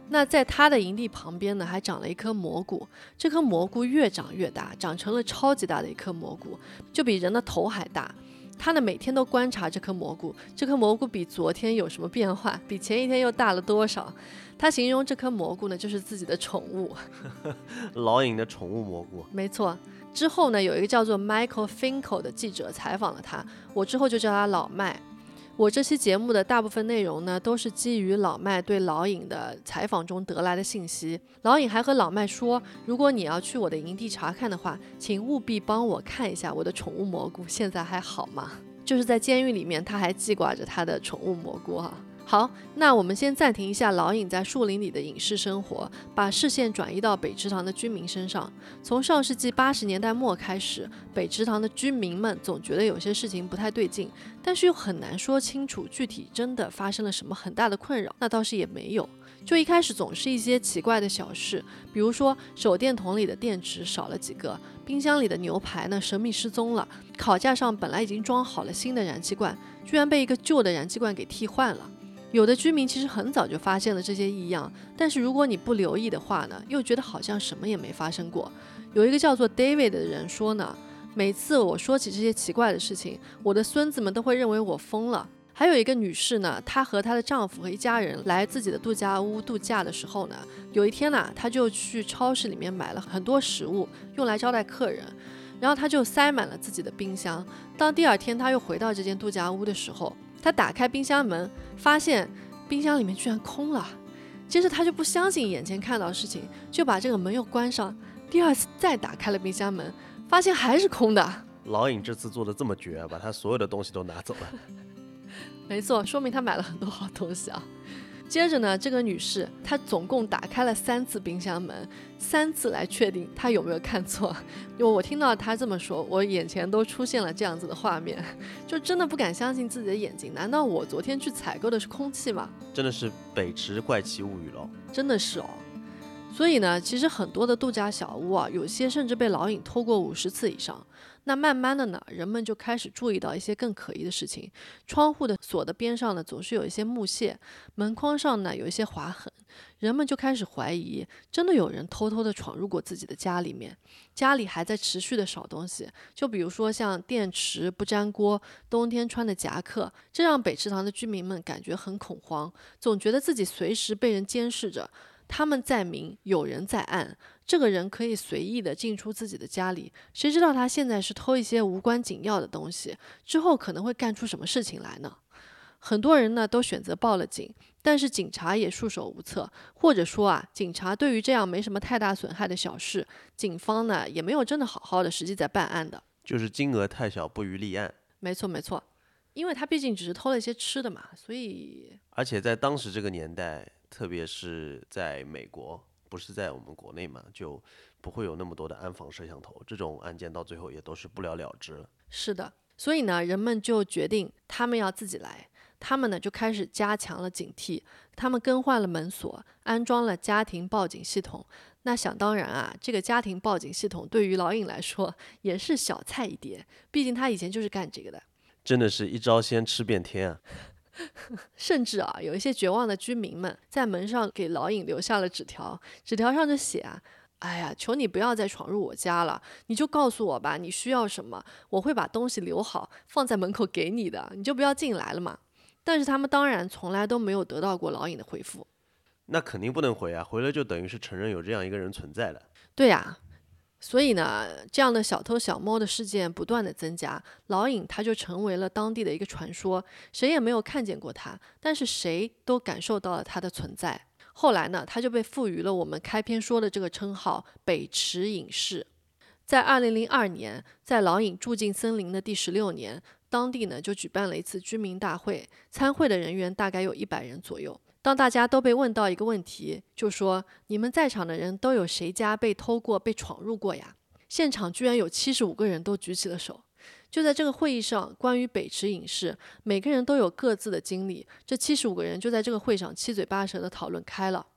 那在他的营地旁边呢，还长了一棵蘑菇，这棵蘑菇越长越大，长成了超级大的一颗蘑菇，就比人的头还大。他呢每天都观察这颗蘑菇，这颗蘑菇比昨天有什么变化，比前一天又大了多少。他形容这颗蘑菇呢就是自己的宠物。 老尹的宠物蘑菇。 没错。之后呢有一个叫做 Michael Finkel 的记者采访了他，我之后就叫他老麦。我这期节目的大部分内容呢，都是基于老麦对老尹的采访中得来的信息。老尹还和老麦说，如果你要去我的营地查看的话，请务必帮我看一下我的宠物蘑菇现在还好吗？就是在监狱里面，他还记挂着他的宠物蘑菇哈。好，那我们先暂停一下老尹在树林里的隐士生活，把视线转移到北池塘的居民身上。从上世纪80年代末开始，北池塘的居民们总觉得有些事情不太对劲，但是又很难说清楚具体真的发生了什么很大的困扰，那倒是也没有。就一开始总是一些奇怪的小事，比如说手电筒里的电池少了几个，冰箱里的牛排呢神秘失踪了，烤架上本来已经装好了新的燃气罐，居然被一个旧的燃气罐给替换了。有的居民其实很早就发现了这些异样，但是如果你不留意的话呢，又觉得好像什么也没发生过。有一个叫做 David 的人说呢，每次我说起这些奇怪的事情，我的孙子们都会认为我疯了。还有一个女士呢，她和她的丈夫和一家人来自己的度假屋度假的时候呢，有一天呢，她就去超市里面买了很多食物，用来招待客人，然后她就塞满了自己的冰箱。当第二天她又回到这间度假屋的时候，她打开冰箱门，发现冰箱里面居然空了。接着她就不相信眼前看到的事情，就把这个门又关上，第二次再打开了冰箱门，发现还是空的。 老尹这次做的这么绝，把他所有的东西都拿走了。 没错，说明她买了很多好东西啊。接着呢，这个女士她总共打开了3次冰箱门，3次来确定她有没有看错。因为我听到她这么说，我眼前都出现了这样子的画面，就真的不敢相信自己的眼睛。难道我昨天去采购的是空气吗？ 真的是北池怪奇物语了。 真的是哦。所以呢，其实很多的度假小屋啊，有些甚至被老尹偷过50次以上。那慢慢的呢，人们就开始注意到一些更可疑的事情。窗户的锁的边上呢，总是有一些木屑，门框上呢有一些划痕。人们就开始怀疑，真的有人偷偷的闯入过自己的家里面，家里还在持续的少东西。就比如说像电池、不粘锅、冬天穿的夹克，这让北池塘的居民们感觉很恐慌，总觉得自己随时被人监视着。他们在明，有人在暗，这个人可以随意的进出自己的家里，谁知道他现在是偷一些无关紧要的东西，之后可能会干出什么事情来呢？很多人呢都选择报了警，但是警察也束手无策，或者说啊，警察对于这样没什么太大损害的小事，警方呢也没有真的好好的实际在办案的， 就是金额太小不予立案。 没错没错，因为他毕竟只是偷了一些吃的嘛，所以而且在当时这个年代，特别是在美国，不是在我们国内嘛，就不会有那么多的安防摄像头，这种案件到最后也都是不了了之了。 是的，所以呢，人们就决定他们要自己来。他们呢就开始加强了警惕，他们更换了门锁，安装了家庭报警系统。那想当然啊，这个家庭报警系统对于老尹来说也是小菜一碟，毕竟他以前就是干这个的。 真的是一招鲜吃遍天啊！ 甚至啊，有一些绝望的居民们在门上给老尹留下了纸条，纸条上就写啊，哎呀，求你不要再闯入我家了，你就告诉我吧，你需要什么，我会把东西留好放在门口给你的，你就不要进来了嘛。但是他们当然从来都没有得到过老尹的回复。 那肯定不能回啊，回了就等于是承认有这样一个人存在了。 对呀，所以呢，这样的小偷小摸的事件不断的增加，老尹他就成为了当地的一个传说，谁也没有看见过他，但是谁都感受到了他的存在。后来呢，他就被赋予了我们开篇说的这个称号——北池隐士。在2002年，在老尹住进森林的第16年，当地呢就举办了一次居民大会，参会的人员大概有100人左右。当大家都被问到一个问题，就说你们在场的人都有谁家被偷过、被闯入过呀？现场居然有75个人都举起了手。就在这个会议上，关于北池隐士，每个人都有各自的经历，这75个人就在这个会上七嘴八舌地讨论开了。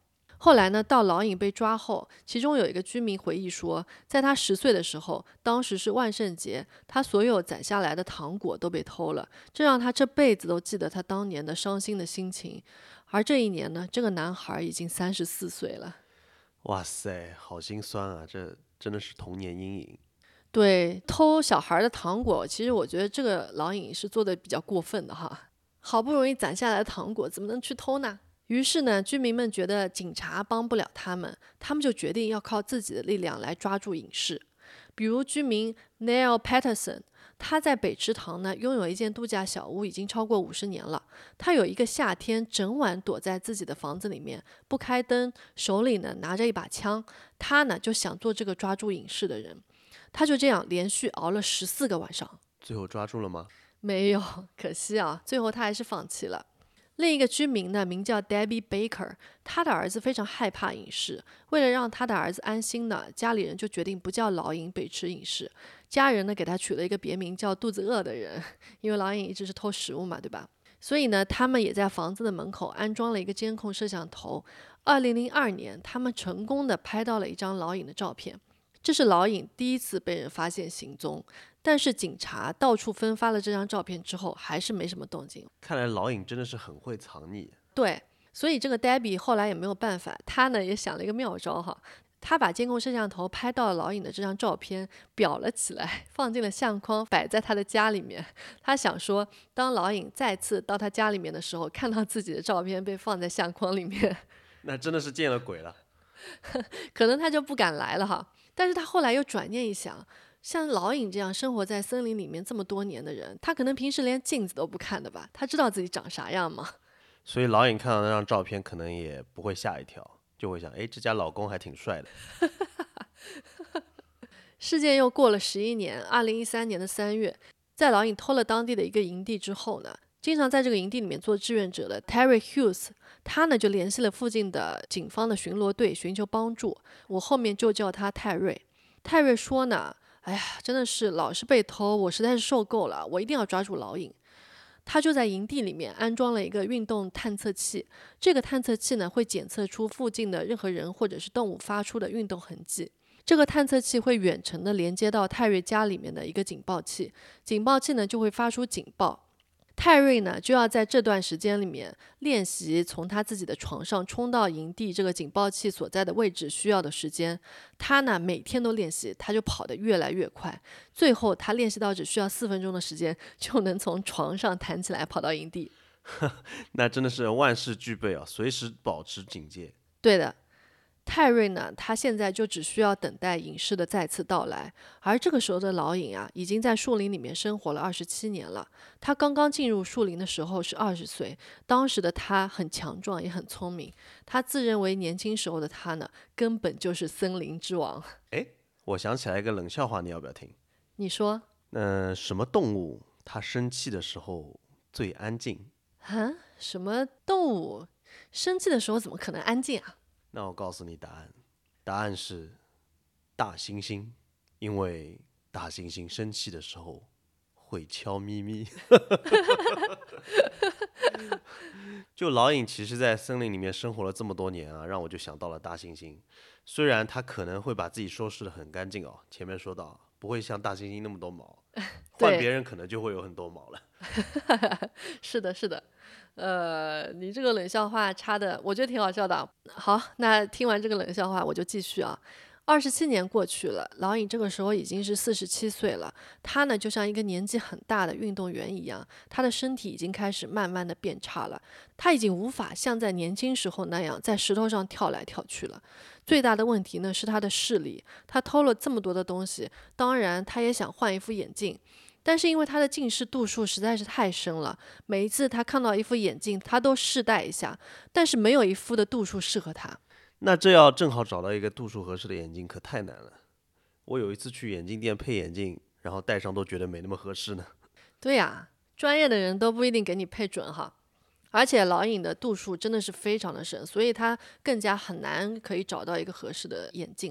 后来呢，到老尹被抓后，其中有一个居民回忆说，在他10岁的时候，当时是万圣节，他所有攒下来的糖果都被偷了，这让他这辈子都记得他当年的伤心的心情。而这一年呢，这个男孩已经34岁了。 哇塞，好心酸啊，这真的是童年阴影。 对，偷小孩的糖果，其实我觉得这个老尹是做的比较过分的哈。好不容易攒下来的糖果，怎么能去偷呢？于是呢，居民们觉得警察帮不了他们，他们就决定要靠自己的力量来抓住隐士。比如居民 Neil Patterson，他在北池塘呢拥有一间度假小屋已经超过50年了。他有一个夏天整晚躲在自己的房子里面，不开灯，手里呢拿着一把枪。他呢就想做这个抓住隐士的人。他就这样连续熬了14个晚上。 最后抓住了吗？ 没有，可惜啊，最后他还是放弃了。另一个居民呢，名叫 Debbie Baker， 他的儿子非常害怕隐士，为了让他的儿子安心呢，家里人就决定不叫老尹北池隐士，家人呢给他取了一个别名叫肚子饿的人，因为老尹一直是偷食物嘛，对吧？所以呢，他们也在房子的门口安装了一个监控摄像头。2002年，他们成功的拍到了一张老尹的照片。这是老尹第一次被人发现行踪，但是警察到处分发了这张照片之后，还是没什么动静。 看来老尹真的是很会藏匿。 对，所以这个 Debbie 后来也没有办法，他呢也想了一个妙招哈，他把监控摄像头拍到了老尹的这张照片裱了起来，放进了相框，摆在他的家里面。他想说，当老尹再次到他家里面的时候，看到自己的照片被放在相框里面， 那真的是见了鬼了。 可能他就不敢来了哈。但是他后来又转念一想，像老尹这样生活在森林里面这么多年的人，他可能平时连镜子都不看的吧？他知道自己长啥样吗？ 所以老尹看到那张照片，可能也不会吓一跳，就会想，哎，这家老公还挺帅的。 事件又过了11年，2013年的3月，在老尹偷了当地的一个营地之后呢，经常在这个营地里面做志愿者的 Terry Hughes， 他呢就联系了附近的警方的巡逻队寻求帮助。我后面就叫他泰瑞。泰瑞说呢，哎呀，真的是老是被偷，我实在是受够了，我一定要抓住老尹。他就在营地里面安装了一个运动探测器，这个探测器呢会检测出附近的任何人或者是动物发出的运动痕迹。这个探测器会远程的连接到泰瑞家里面的一个警报器，警报器呢就会发出警报。泰瑞呢就要在这段时间里面练习从他自己的床上冲到营地这个警报器所在的位置需要的时间。他呢每天都练习，他就跑得越来越快，最后他练习到只需要4分钟的时间就能从床上弹起来跑到营地。 那真的是万事俱备啊，随时保持警戒。 对的，泰瑞呢，他现在就只需要等待隐士的再次到来。而这个时候的老尹啊，已经在树林里面生活了27年了。他刚刚进入树林的时候是20岁，当时的他很强壮，也很聪明。他自认为年轻时候的他呢，根本就是森林之王。 哎，我想起来一个冷笑话，你要不要听？ 你说， 什么动物它生气的时候最安静？ 什么动物生气的时候怎么可能安静啊？ 那我告诉你答案，答案是大猩猩，因为大猩猩生气的时候会悄咪咪。就老尹其实在森林里面生活了这么多年啊，让我就想到了大猩猩。虽然他可能会把自己收拾得很干净哦，前面说到不会像大猩猩那么多毛，换别人可能就会有很多毛了。 是的，是的。你这个冷笑话插的，我觉得挺好笑的。好，那听完这个冷笑话，我就继续啊。27年过去了，老尹这个时候已经是47岁了。他呢，就像一个年纪很大的运动员一样，他的身体已经开始慢慢的变差了。他已经无法像在年轻时候那样在石头上跳来跳去了。最大的问题呢是他的视力。他偷了这么多的东西，当然他也想换一副眼镜。但是因为他的近视度数实在是太深了，每一次他看到一副眼镜，他都试戴一下，但是没有一副的度数适合他。 那这要正好找到一个度数合适的眼镜可太难了。我有一次去眼镜店配眼镜，然后戴上都觉得没那么合适呢。 对呀，专业的人都不一定给你配准哈。而且老尹的度数真的是非常的深，所以他更加很难可以找到一个合适的眼镜了。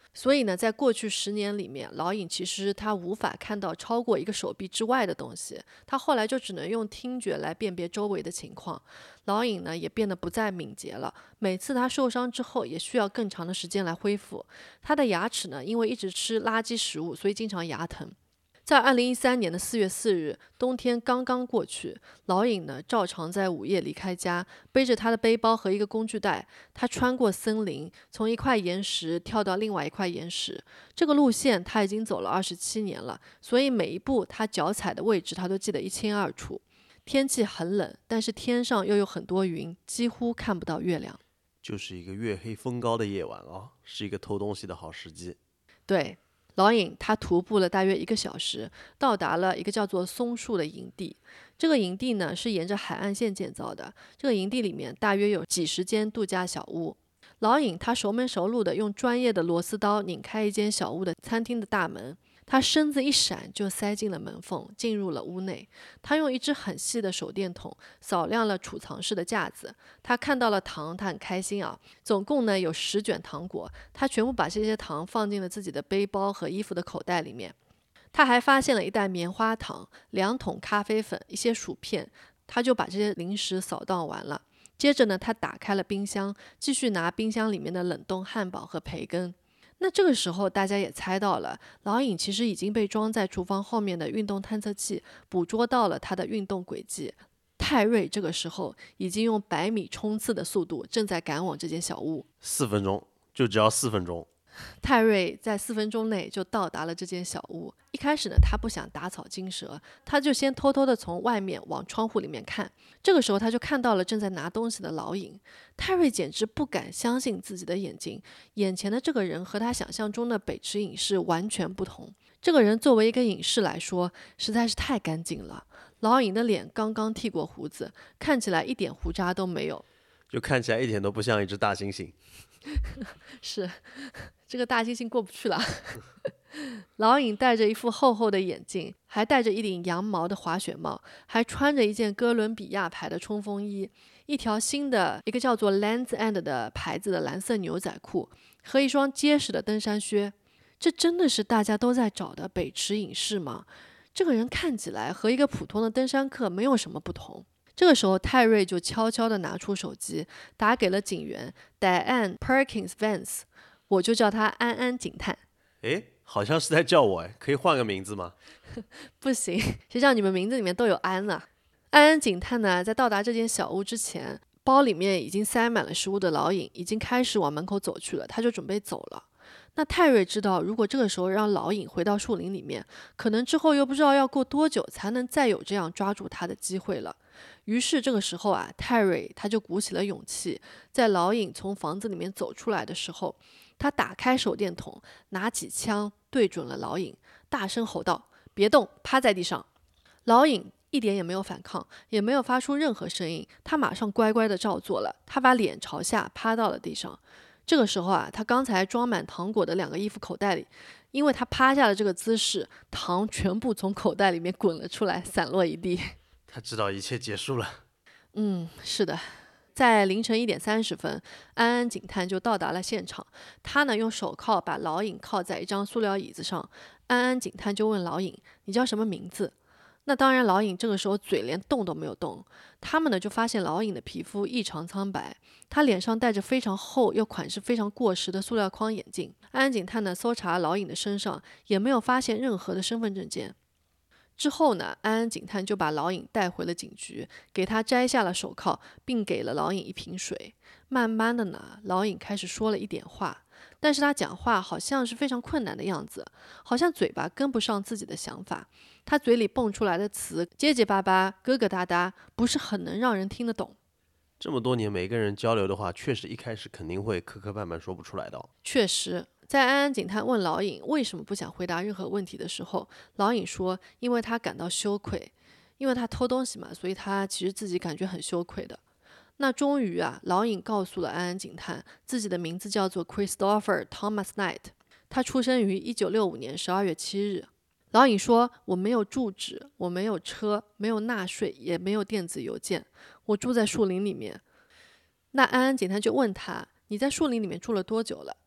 所以呢，在过去10年里面，老尹其实他无法看到超过一个手臂之外的东西，他后来就只能用听觉来辨别周围的情况。老尹呢也变得不再敏捷了，每次他受伤之后也需要更长的时间来恢复。他的牙齿呢，因为一直吃垃圾食物，所以经常牙疼。在2013年的4月4日，冬天刚刚过去，老尹呢照常在午夜离开家，背着他的背包和一个工具袋，他穿过森林，从一块岩石跳到另外一块岩石。这个路线他已经走了27年了，所以每一步他脚踩的位置他都记得一清二楚。天气很冷，但是天上又有很多云，几乎看不到月亮。 就是一个月黑风高的夜晚啊，是一个偷东西的好时机。 对，老尹他徒步了大约1个小时，到达了一个叫做松树的营地。这个营地呢是沿着海岸线建造的，这个营地里面大约有几十间度假小屋。老尹他熟门熟路的用专业的螺丝刀拧开一间小屋的餐厅的大门，他身子一闪就塞进了门缝，进入了屋内。他用一支很细的手电筒扫亮了储藏室的架子，他看到了糖，他很开心啊。总共呢有10卷糖果，他全部把这些糖放进了自己的背包和衣服的口袋里面。他还发现了一袋棉花糖、2桶咖啡粉、一些薯片，他就把这些零食扫荡完了。接着呢，他打开了冰箱，继续拿冰箱里面的冷冻汉堡和培根。那这个时候大家也猜到了，老尹其实已经被装在厨房后面的运动探测器捕捉到了他的运动轨迹。泰瑞这个时候已经用100米冲刺的速度正在赶往这间小屋。 4分钟，就只要4分钟。 泰瑞在4分钟内就到达了这间小屋。一开始呢，他不想打草惊蛇，他就先偷偷的从外面往窗户里面看。这个时候他就看到了正在拿东西的老尹。泰瑞简直不敢相信自己的眼睛，眼前的这个人和他想象中的北池隐士完全不同。这个人作为一个隐士来说，实在是太干净了。老尹的脸刚刚剃过胡子，看起来一点胡渣都没有， 就看起来一点都不像一只大猩猩。 是，这个大猩猩过不去了。老尹戴着一副厚厚的眼镜，还戴着一顶羊毛的滑雪帽，还穿着一件哥伦比亚牌的冲锋衣，一条新的一个叫做 Lands End 的牌子的蓝色牛仔裤和一双结实的登山靴。这真的是大家都在找的北池隐士吗？这个人看起来和一个普通的登山客没有什么不同。这个时候，泰瑞就悄悄地拿出手机，打给了警员 Diane Perkins Vance， 我就叫他安安警探。 诶，好像是在叫我，可以换个名字吗？ 不行，谁叫你们名字里面都有安啊。安安警探呢，在到达这间小屋之前，包里面已经塞满了食物的老尹已经开始往门口走去了，他就准备走了。那泰瑞知道，如果这个时候让老尹回到树林里面，可能之后又不知道要过多久才能再有这样抓住他的机会了。于是这个时候啊，泰瑞他就鼓起了勇气，在老尹从房子里面走出来的时候，他打开手电筒，拿起枪对准了老尹，大声吼道：“别动，趴在地上！”老尹一点也没有反抗，也没有发出任何声音，他马上乖乖的照做了。他把脸朝下趴到了地上。这个时候啊，他刚才装满糖果的2个衣服口袋里，因为他趴下的这个姿势，糖全部从口袋里面滚了出来，散落一地。 他知道一切结束了。 是的。在凌晨1点30分，安安警探就到达了现场。他呢用手铐把老尹铐在一张塑料椅子上。安安警探就问老尹：“你叫什么名字？”那当然，老尹这个时候嘴连动都没有动。他们呢就发现老尹的皮肤异常苍白，他脸上戴着非常厚又款式非常过时的塑料框眼镜。安安警探呢搜查老尹的身上，也没有发现任何的身份证件。之后呢，安安警探就把老尹带回了警局，给他摘下了手铐，并给了老尹一瓶水。慢慢的呢，老尹开始说了一点话，但是他讲话好像是非常困难的样子，好像嘴巴跟不上自己的想法。他嘴里蹦出来的词结结巴巴、疙疙瘩瘩，不是很能让人听得懂。 这么多年没跟人交流的话，确实一开始肯定会磕磕绊绊说不出来的。 确实，在安安警探问老尹为什么不想回答任何问题的时候，老尹说，因为他感到羞愧，因为他偷东西嘛，所以他其实自己感觉很羞愧的。那终于啊，老尹告诉了安安警探，自己的名字叫做 Christopher Thomas Knight， 他出生于1965年12月7日。老尹说，我没有住址，我没有车，没有纳税，也没有电子邮件，我住在树林里面。那安安警探就问他，你在树林里面住了多久了？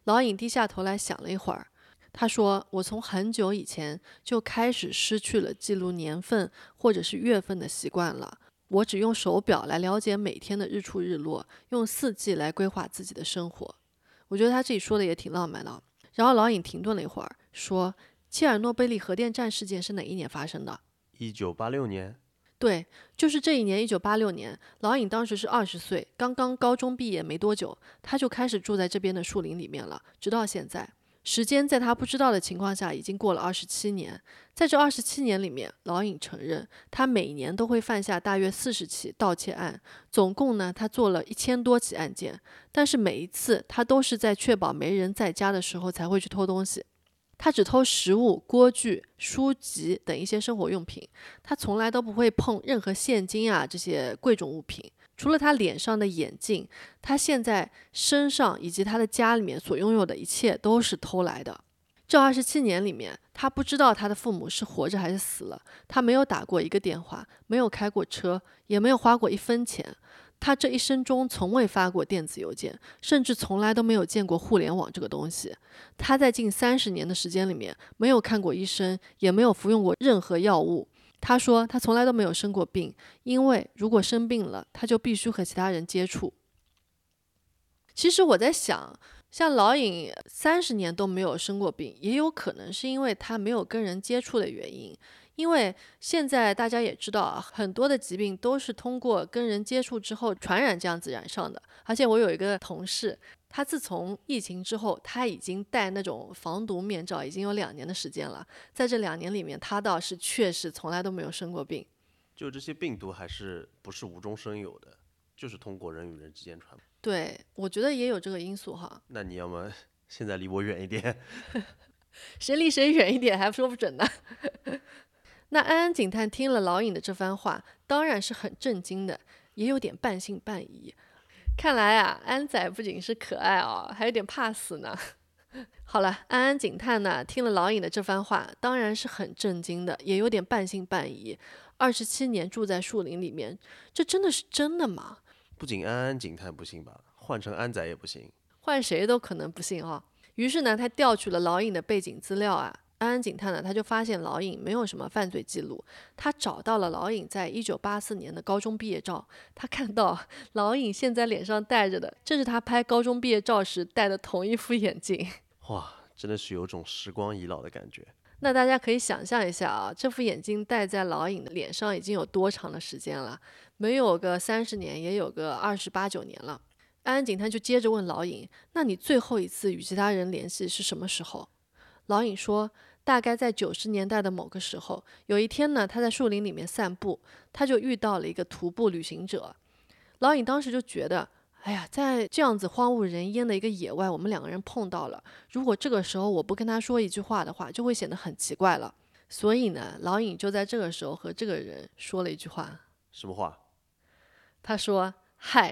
老尹低下头来想了一会儿，他说：“我从很久以前就开始失去了记录年份或者是月份的习惯了。我只用手表来了解每天的日出日落，用四季来规划自己的生活。”我觉得他这里说的也挺浪漫的。然后老尹停顿了一会儿，说：“切尔诺贝利核电站事件是哪一年发生的 1986年。 对，就是这一年，1986年，老尹当时是20岁，刚刚高中毕业没多久，他就开始住在这边的树林里面了，直到现在。时间在他不知道的情况下已经过了27年，在这27年里面，老尹承认他每年都会犯下大约40起盗窃案，总共呢他做了1000多起案件，但是每一次他都是在确保没人在家的时候才会去偷东西。他只偷食物、锅具、书籍等一些生活用品，他从来都不会碰任何现金啊这些贵重物品。除了他脸上的眼镜，他现在身上以及他的家里面所拥有的一切都是偷来的。这27年里面，他不知道他的父母是活着还是死了，他没有打过一个电话，没有开过车，也没有花过1分钱。他这一生中从未发过电子邮件，甚至从来都没有见过互联网这个东西。他在近30年的时间里面，没有看过医生，也没有服用过任何药物。他说他从来都没有生过病，因为如果生病了，他就必须和其他人接触。其实我在想，像老尹30年都没有生过病，也有可能是因为他没有跟人接触的原因。因为现在大家也知道啊，很多的疾病都是通过跟人接触之后传染这样子染上的。而且我有一个同事，他自从疫情之后，他已经戴那种防毒面罩已经有2年的时间了。在这2年里面，他倒是确实从来都没有生过病。 就这些病毒还是不是无中生有的，就是通过人与人之间传播。 对，我觉得也有这个因素哈。 那你要么现在离我远一点。 谁离谁远一点还说不准呢。那安安警探听了老尹的这番话，当然是很震惊的，也有点半信半疑。看来啊，安仔不仅是可爱哦，还有点怕死呢。好了，安安警探呢，听了老尹的这番话，当然是很震惊的，也有点半信半疑。27年住在树林里面，这真的是真的吗？ 不仅安安警探不信吧，换成安仔也不信， 换谁都可能不信哦。于是呢，他调取了老尹的背景资料啊。安安警探呢，他就发现老尹没有什么犯罪记录。他找到了老尹在1984年的高中毕业照，他看到老尹现在脸上戴着的，这是他拍高中毕业照时戴的同一副眼镜。 哇，真的是有种时光已老的感觉。 那大家可以想象一下啊，这副眼镜戴在老尹的脸上已经有多长的时间了？没有个30年，也有个28、9年了。安安警探就接着问老尹：“那你最后一次与其他人联系是什么时候？”老尹说：“大概在90年代的某个时候，有一天呢，他在树林里面散步，他就遇到了一个徒步旅行者。老尹当时就觉得，哎呀，在这样子荒无人烟的一个野外，我们2个人碰到了，如果这个时候我不跟他说一句话的话，就会显得很奇怪了。所以呢，老尹就在这个时候和这个人说了一句话。 什么话？ 他说：“嗨。”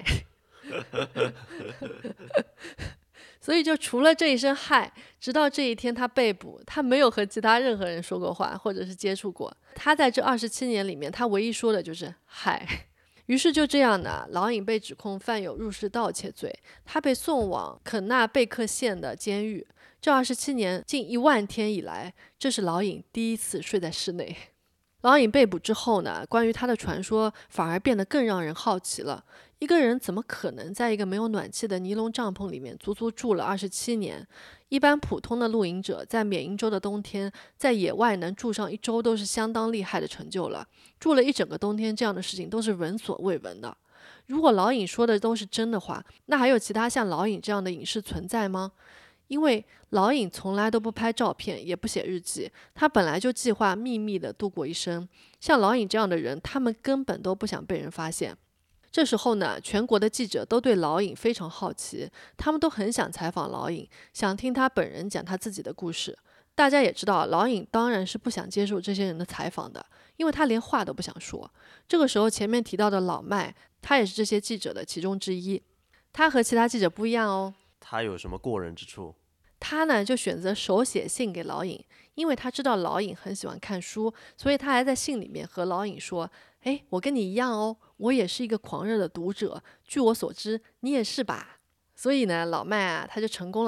所以就除了这一声嗨，直到这一天他被捕，他没有和其他任何人说过话，或者是接触过。他在这27年里面，他唯一说的就是嗨。于是就这样呢，老尹被指控犯有入室盗窃罪，他被送往肯纳贝克县的监狱。这27年近1万天以来，这是老尹第一次睡在室内。老尹被捕之后呢，关于他的传说反而变得更让人好奇了。一个人怎么可能在一个没有暖气的尼龙帐篷里面足足住了27年？一般普通的露营者在缅因州的冬天，在野外能住上1周都是相当厉害的成就了。住了一整个冬天，这样的事情都是闻所未闻的。如果老尹说的都是真的话，那还有其他像老尹这样的隐士存在吗？因为老尹从来都不拍照片，也不写日记，他本来就计划秘密地度过一生。像老尹这样的人，他们根本都不想被人发现。这时候呢，全国的记者都对老尹非常好奇，他们都很想采访老尹，想听他本人讲他自己的故事。大家也知道，老尹当然是不想接受这些人的采访的，因为他连话都不想说。这个时候，前面提到的老麦，他也是这些记者的其中之一。他和其他记者不一样哦。 他有什么过人之处？ 他呢就选择手写信给老尹，因为他知道老尹很喜欢看书，所以他还在信里面和老尹说：“哎，我跟你一样哦，我也是一个狂热的读者。据我所知，你也是吧？”所以呢，老麦啊，他就成功了。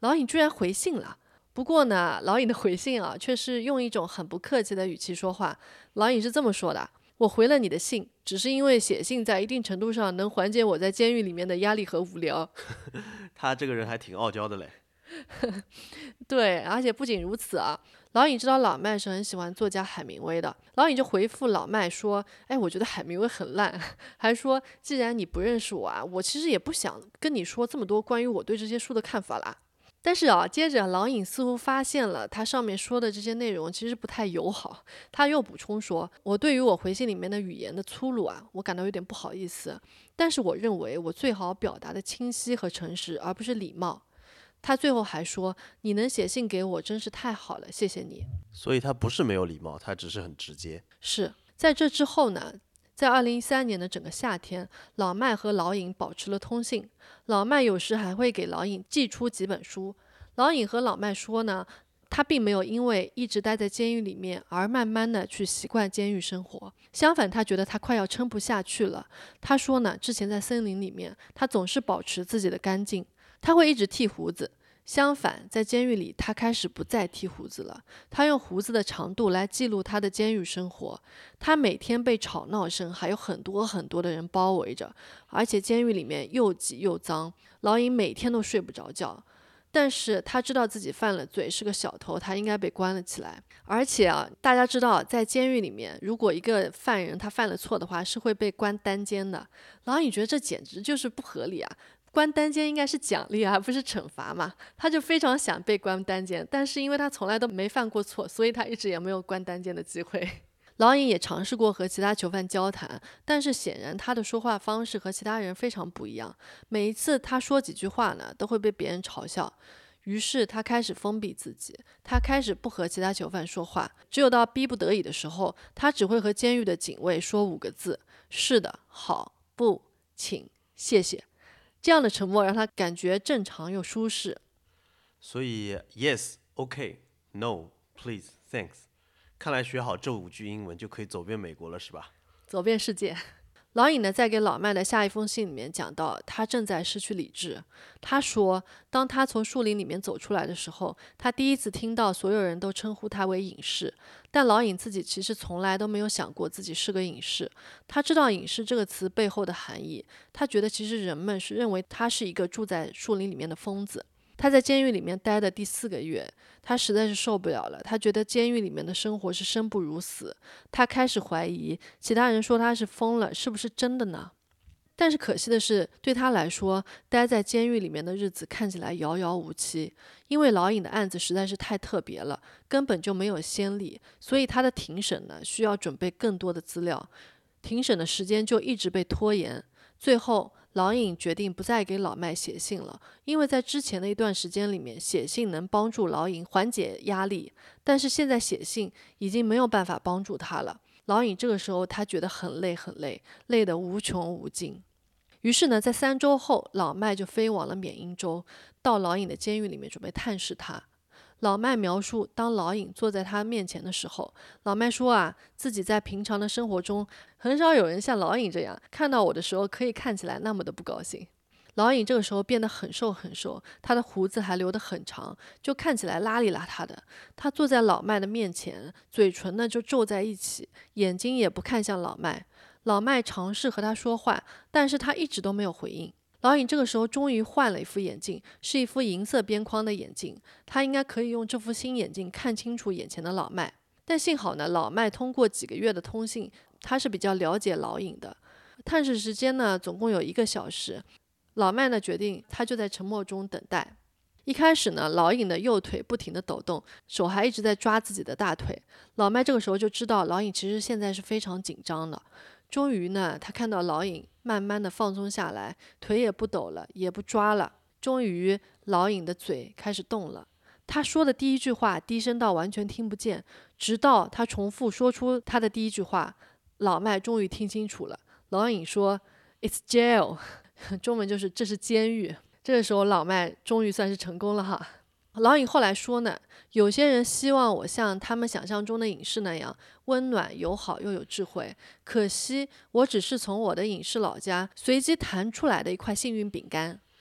老尹居然回信了。不过呢，老尹的回信啊，却是用一种很不客气的语气说话。老尹是这么说的：我回了你的信，只是因为写信在一定程度上能缓解我在监狱里面的压力和无聊。 他这个人还挺傲娇的嘞。 对，而且不仅如此啊，老尹知道老麦是很喜欢作家海明威的，老尹就回复老麦说：哎，我觉得海明威很烂，还说既然你不认识我啊，我其实也不想跟你说这么多关于我对这些书的看法啦。但是啊，接着老尹似乎发现了他上面说的这些内容其实不太友好，他又补充说：我对于我回信里面的语言的粗鲁啊，我感到有点不好意思，但是我认为我最好表达的清晰和诚实，而不是礼貌。他最后还说：你能写信给我真是太好了，谢谢你。 所以他不是没有礼貌，他只是很直接。 是在这之后呢，在2013年的整个夏天，老麦和老尹保持了通信。老麦有时还会给老尹寄出几本书。老尹和老麦说呢，他并没有因为一直待在监狱里面而慢慢的去习惯监狱生活，相反，他觉得他快要撑不下去了。他说呢，之前在森林里面，他总是保持自己的干净，他会一直剃胡子。相反，在监狱里，他开始不再剃胡子了。他用胡子的长度来记录他的监狱生活。他每天被吵闹声还有很多很多的人包围着，而且监狱里面又挤又脏，老尹每天都睡不着觉。但是他知道自己犯了罪，是个小偷，他应该被关了起来。而且啊，大家知道，在监狱里面，如果一个犯人他犯了错的话，是会被关单监的。老尹觉得这简直就是不合理啊！关单监应该是奖励而不是惩罚嘛，他就非常想被关单监，但是因为他从来都没犯过错，所以他一直也没有关单监的机会。老尹也尝试过和其他囚犯交谈，但是显然他的说话方式和其他人非常不一样。每一次他说几句话呢，都会被别人嘲笑。于是他开始封闭自己，他开始不和其他囚犯说话，只有到逼不得已的时候，他只会和监狱的警卫说5个字：是的，好，不，请，谢谢。这样的沉默让他感觉正常又舒适。 所以 yes, OK, no, please, thanks。看来学好这5句英文就可以走遍美国了，是吧？ 走遍世界。老尹呢，在给老麦的下一封信里面讲到，他正在失去理智。他说，当他从树林里面走出来的时候，他第一次听到所有人都称呼他为隐士，但老尹自己其实从来都没有想过自己是个隐士。他知道隐士这个词背后的含义，他觉得其实人们是认为他是一个住在树林里面的疯子。他在监狱里面待的第4个月，他实在是受不了了。他觉得监狱里面的生活是生不如死，他开始怀疑其他人说他是疯了，是不是真的呢？但是可惜的是，对他来说，待在监狱里面的日子看起来遥遥无期，因为老尹的案子实在是太特别了，根本就没有先例，所以他的庭审呢需要准备更多的资料，庭审的时间就一直被拖延。最后老尹决定不再给老麦写信了，因为在之前的一段时间里面，写信能帮助老尹缓解压力，但是现在写信已经没有办法帮助他了。老尹这个时候他觉得很累很累，累得无穷无尽。于是呢，在3周后，老麦就飞往了缅因州，到老尹的监狱里面准备探视他。老麦描述，当老尹坐在他面前的时候，老麦说啊，自己在平常的生活中，很少有人像老尹这样，看到我的时候可以看起来那么的不高兴。老尹这个时候变得很瘦很瘦，他的胡子还留得很长，就看起来邋里邋遢的。他坐在老麦的面前，嘴唇呢就皱在一起，眼睛也不看向老麦。老麦尝试和他说话，但是他一直都没有回应。老尹这个时候终于换了一副眼镜，是一副银色边框的眼镜，他应该可以用这副新眼镜看清楚眼前的老麦。但幸好呢，老麦通过几个月的通信，他是比较了解老尹的。探视时间呢，总共有1个小时。老麦呢决定，他就在沉默中等待。一开始呢，老尹的右腿不停地抖动，手还一直在抓自己的大腿。老麦这个时候就知道，老尹其实现在是非常紧张的。终于呢，他看到老尹慢慢的放松下来，腿也不抖了，也不抓了。终于，老尹的嘴开始动了。他说的第一句话低声到完全听不见，直到他重复说出他的第一句话，老麦终于听清楚了。老尹说 "It's jail"， 中文就是这是监狱。这个时候，老麦终于算是成功了哈。老尹后来说呢，有些人希望我像他们想象中的隐士那样温暖友好又有智慧，可惜我只是从我的隐士老家随机弹出来的一块幸运饼干。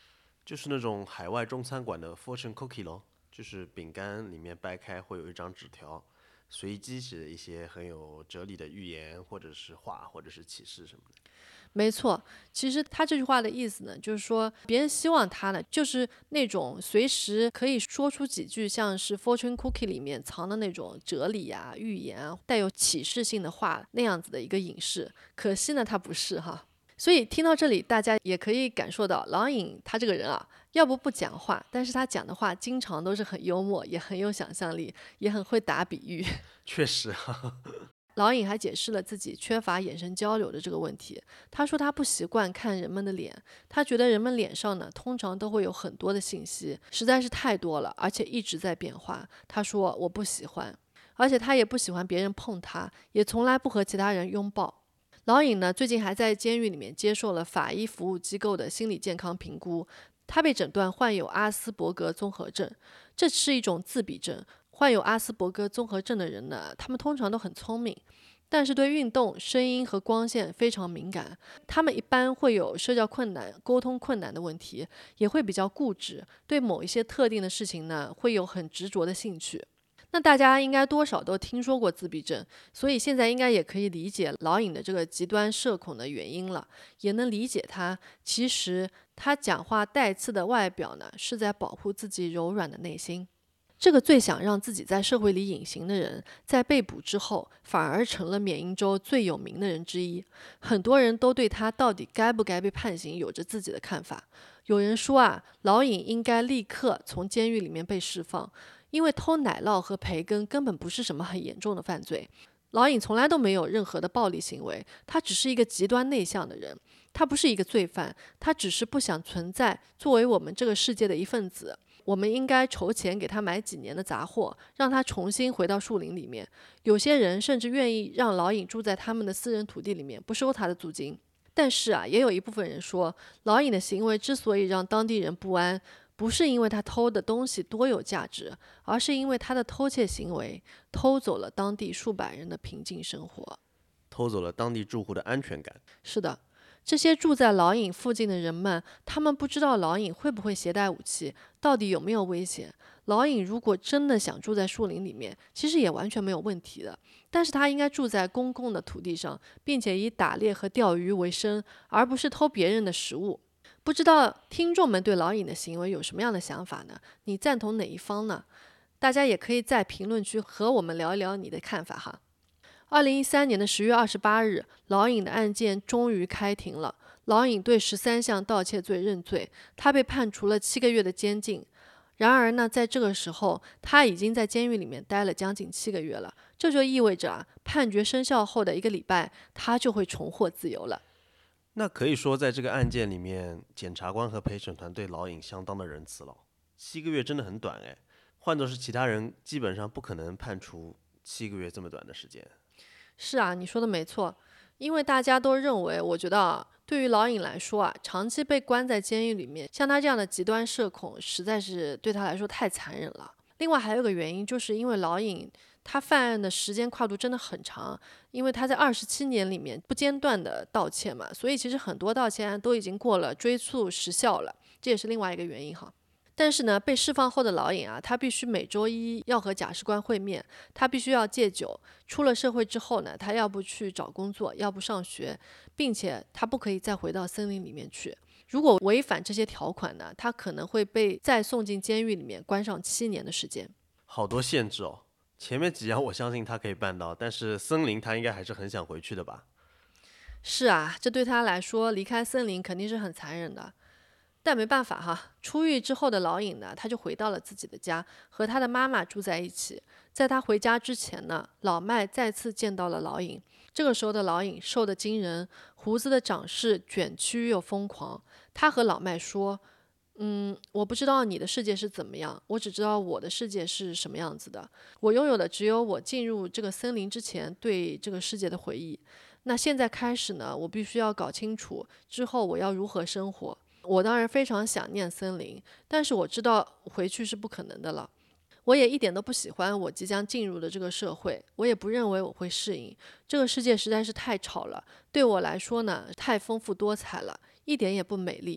就是那种海外中餐馆的 fortune cookie 咯，就是饼干里面掰开会有一张纸条，随机写的一些很有哲理的寓言，或者是话，或者是启示什么的。 没错，其实他这句话的意思呢，就是说别人希望他呢，就是那种随时可以说出几句像是 fortune cookie 里面藏的那种哲理啊、寓言啊，带有启示性的话那样子的一个隐士。可惜呢，他不是哈。所以听到这里，大家也可以感受到郎颖他这个人啊，要不讲话，但是他讲的话经常都是很幽默，也很有想象力，也很会打比喻。 确实啊。 郎颖还解释了自己缺乏眼神交流的这个问题。他说他不习惯看人们的脸，他觉得人们脸上呢通常都会有很多的信息，实在是太多了，而且一直在变化。他说我不喜欢，而且他也不喜欢别人碰他，也从来不和其他人拥抱。郎颖呢最近还在监狱里面接受了法医服务机构的心理健康评估，他被诊断患有阿斯伯格综合症，这是一种自闭症。患有阿斯伯格综合症的人呢，他们通常都很聪明，但是对运动、声音和光线非常敏感。他们一般会有社交困难、沟通困难的问题，也会比较固执，对某一些特定的事情呢，会有很执着的兴趣。那大家应该多少都听说过自闭症，所以现在应该也可以理解郎颖的这个极端社恐的原因了，也能理解他。其实他讲话带刺的外表呢，是在保护自己柔软的内心。这个最想让自己在社会里隐形的人，在被捕之后，反而成了缅因州最有名的人之一。很多人都对他到底该不该被判刑有着自己的看法。有人说啊，郎颖应该立刻从监狱里面被释放，因为偷奶酪和培根根本不是什么很严重的犯罪。郎颖从来都没有任何的暴力行为，他只是一个极端内向的人，他不是一个罪犯，他只是不想存在作为我们这个世界的一份子。我们应该筹钱给他买几年的杂货，让他重新回到树林里面。有些人甚至愿意让郎颖住在他们的私人土地里面，不收他的租金。但是啊，也有一部分人说，郎颖的行为之所以让当地人不安，不是因为他偷的东西多有价值，而是因为他的偷窃行为偷走了当地数百人的平静生活， 偷走了当地住户的安全感。 是的，这些住在郎颖附近的人们，他们不知道郎颖会不会携带武器，到底有没有危险。郎颖如果真的想住在树林里面，其实也完全没有问题的。但是他应该住在公共的土地上，并且以打猎和钓鱼为生，而不是偷别人的食物。不知道听众们对郎颖的行为有什么样的想法呢？你赞同哪一方呢？大家也可以在评论区和我们聊一聊你的看法哈。2013年的10月28日，郎颖的案件终于开庭了。郎颖对13项盗窃罪认罪，他被判处了7个月的监禁。然而呢，在这个时候，他已经在监狱里面待了将近7个月了。这就意味着判决生效后的1个礼拜，他就会重获自由了。 那可以说，在这个案件里面，检察官和陪审团对郎颖相当的仁慈了。7个月真的很短哎，换作是其他人，基本上不可能判处7个月这么短的时间。 是啊，你说的没错，因为大家都认为，我觉得对于郎颖来说长期被关在监狱里面，像他这样的极端社恐，实在是对他来说太残忍了。另外还有个原因，就是因为郎颖他犯案的时间跨度真的很长，因为他在27年里面不间断的盗窃嘛，所以其实很多盗窃案都已经过了追诉时效了，这也是另外一个原因哈。但是呢，被释放后的郎颖他必须每周一要和假释官会面，他必须要戒酒。出了社会之后呢，他要不去找工作，要不上学，并且他不可以再回到森林里面去。如果违反这些条款呢，他可能会被再送进监狱里面关上7年的时间。 好多限制哦。前面几样我相信他可以办到，但是森林他应该还是很想回去的吧？ 是啊，这对他来说，离开森林肯定是很残忍的。但没办法哈，出狱之后的郎颖呢，他就回到了自己的家，和他的妈妈住在一起。在他回家之前呢，老麦再次见到了郎颖。这个时候的郎颖瘦得惊人，胡子的长势卷曲又疯狂。他和老麦说：“我不知道你的世界是怎么样，我只知道我的世界是什么样子的。我拥有的只有我进入这个森林之前对这个世界的回忆。那现在开始呢，我必须要搞清楚之后我要如何生活。我当然非常想念森林，但是我知道回去是不可能的了。我也一点都不喜欢我即将进入的这个社会，我也不认为我会适应。这个世界实在是太吵了，对我来说呢，太丰富多彩了，一点也不美丽。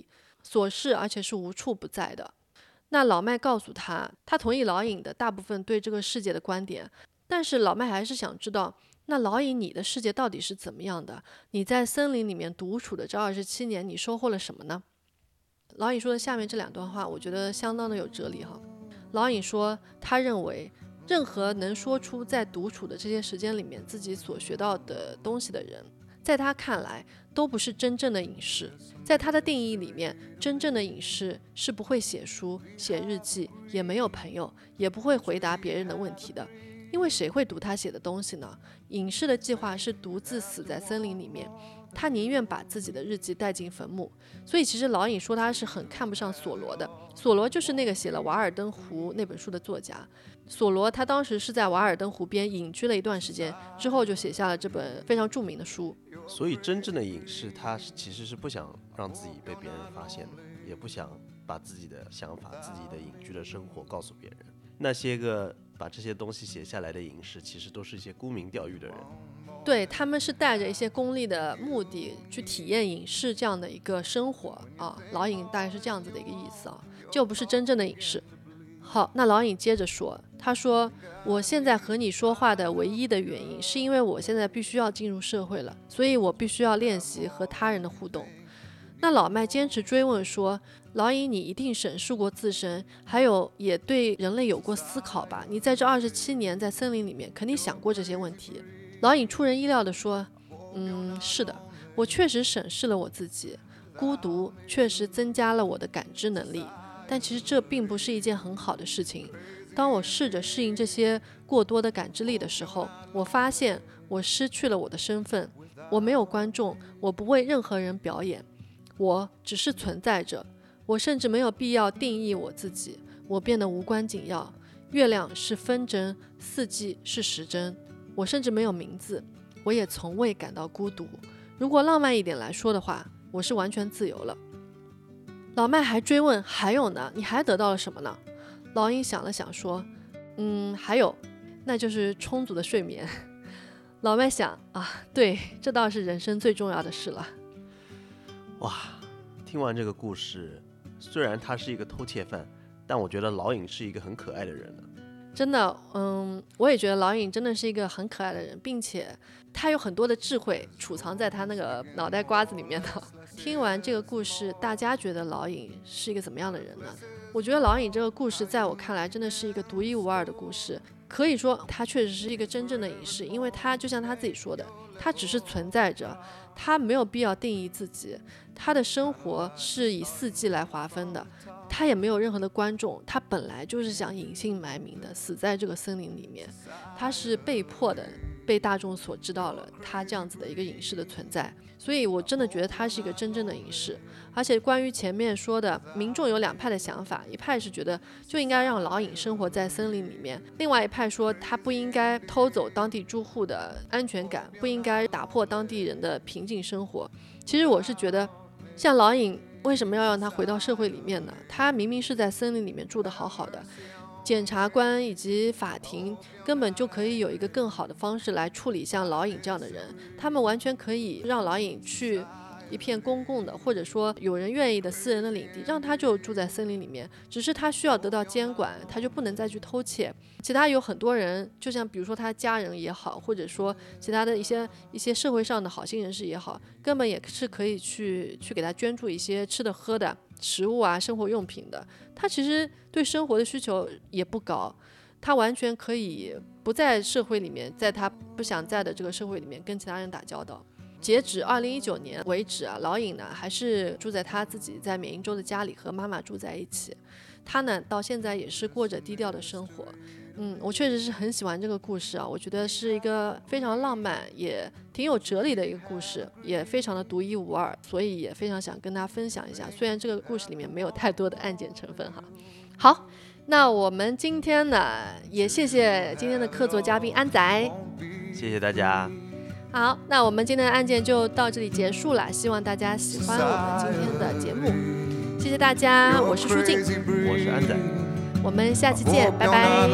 琐事，而且是无处不在的。那老麦告诉他，他同意老尹的大部分对这个世界的观点，但是老麦还是想知道，那老尹你的世界到底是怎么样的？你在森林里面独处的这27年，你收获了什么呢？老尹说的下面这2段话，我觉得相当的有哲理哈。老尹说，他认为任何能说出在独处的这些时间里面自己所学到的东西的人，在他看来都不是真正的隐士。在他的定义里面，真正的隐士是不会写书、写日记，也没有朋友，也不会回答别人的问题的。因为谁会读他写的东西呢？隐士的计划是独自死在森林里面，他宁愿把自己的日记带进坟墓。所以其实老尹说他是很看不上索罗的。索罗就是那个写了《瓦尔登湖》那本书的作家。索罗他当时是在瓦尔登湖边隐居了一段时间，之后就写下了这本非常著名的书。 所以真正的隐士他其实是不想让自己被别人发现的，也不想把自己的想法、自己的隐居的生活告诉别人。那些个把这些东西写下来的隐士，其实都是一些沽名钓誉的人。 对，他们是带着一些功利的目的去体验隐士这样的一个生活啊。老尹大概是这样子的一个意思啊，就不是真正的隐士。好，那老尹接着说，他说，我现在和你说话的唯一的原因是因为我现在必须要进入社会了，所以我必须要练习和他人的互动。那老麦坚持追问说，老尹你一定审视过自身，还有也对人类有过思考吧？你在这27年在森林里面肯定想过这些问题。老尹出人意料地说，是的，我确实审视了我自己，孤独确实增加了我的感知能力，但其实这并不是一件很好的事情。当我试着适应这些过多的感知力的时候，我发现我失去了我的身份，我没有观众，我不为任何人表演，我只是存在着，我甚至没有必要定义我自己，我变得无关紧要。月亮是分针，四季是时针，我甚至没有名字，我也从未感到孤独。如果浪漫一点来说的话，我是完全自由了。老麦还追问，还有呢？你还得到了什么呢？老尹想了想说，还有，那就是充足的睡眠。老麦想啊，对，这倒是人生最重要的事了。 哇，听完这个故事，虽然他是一个偷窃犯，但我觉得老尹是一个很可爱的人了。 真的，我也觉得老尹真的是一个很可爱的人，并且他有很多的智慧储藏在他那个脑袋瓜子里面的。听完这个故事，大家觉得老尹是一个怎么样的人呢？我觉得老尹这个故事在我看来真的是一个独一无二的故事，可以说他确实是一个真正的隐士，因为他就像他自己说的，他只是存在着，他没有必要定义自己，他的生活是以四季来划分的，他也没有任何的观众，他本来就是想隐姓埋名的死在这个森林里面，他是被迫的被大众所知道了他这样子的一个隐士的存在，所以我真的觉得他是一个真正的隐士。而且关于前面说的民众有2派的想法，一派是觉得就应该让老尹生活在森林里面，另外一派说他不应该偷走当地住户的安全感，不应该打破当地人的平静生活。其实我是觉得像老尹为什么要让他回到社会里面呢？他明明是在森林里面住得好好的，检察官以及法庭根本就可以有一个更好的方式来处理像老尹这样的人，他们完全可以让老尹去一片公共的，或者说有人愿意的私人的领地，让他就住在森林里面，只是他需要得到监管，他就不能再去偷窃。其他有很多人，就像比如说他家人也好，或者说其他的一些社会上的好心人士也好，根本也是可以去给他捐助一些吃的喝的食物啊、生活用品的。他其实对生活的需求也不高，他完全可以不在社会里面，在他不想在的这个社会里面跟其他人打交道。截止2019年为止啊，老尹呢还是住在他自己在缅因州的家里，和妈妈住在一起。他呢到现在也是过着低调的生活。我确实是很喜欢这个故事啊，我觉得是一个非常浪漫也挺有哲理的一个故事，也非常的独一无二，所以也非常想跟大家分享一下。虽然这个故事里面没有太多的案件成分哈。好，那我们今天呢也谢谢今天的客座嘉宾安仔， 谢谢大家。 好，那我们今天的案件就到这里结束了，希望大家喜欢我们今天的节目，谢谢大家，我是舒静， 我是安仔， 我们下期见，拜拜。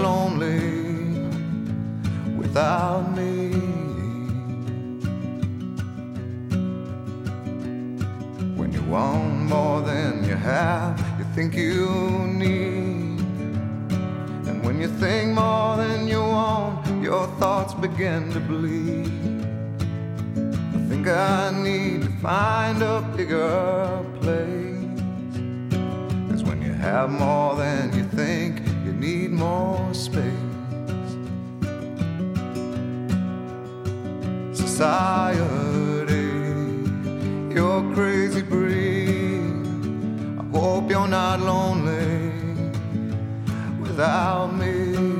When you want more than you have, you think you need. And when you think more than you want, your thoughts begin to bleed. I think I need to find a bigger place. 'Cause when you have more than you think, you need more space. Society, you're crazy breed. I hope you're not lonely without me.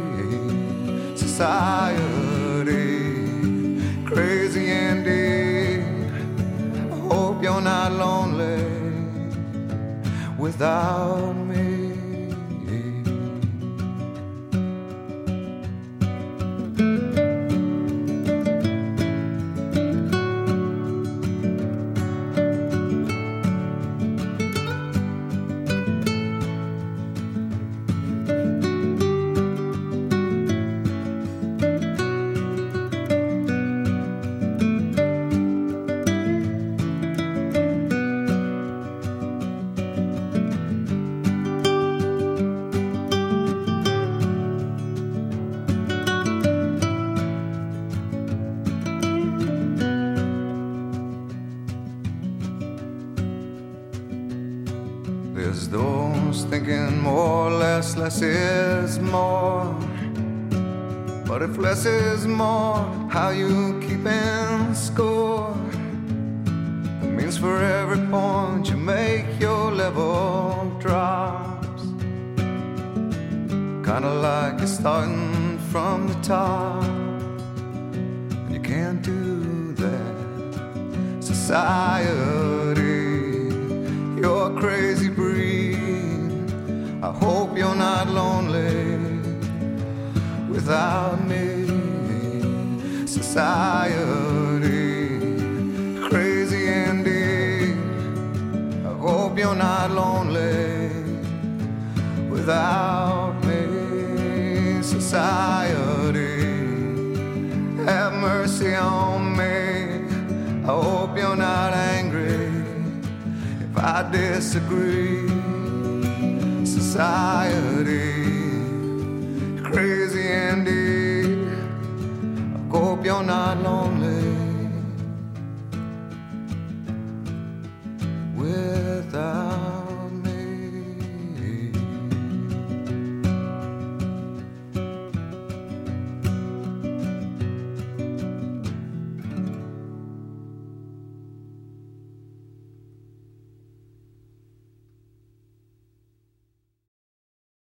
Society, crazy indeed. I hope you're not lonely without me. There's those thinking more, less is more. But if less is more, how you keeping score? It means for every point you make, your level drops. Kinda like you're starting from the top, and you can't do that. Society, you're a crazy breed. I hope you're not lonely without me. Society, crazy indeed. I hope you're not lonely without me. Society, have mercy on me. I hope you're not angry if I disagree. Society, crazy indeed.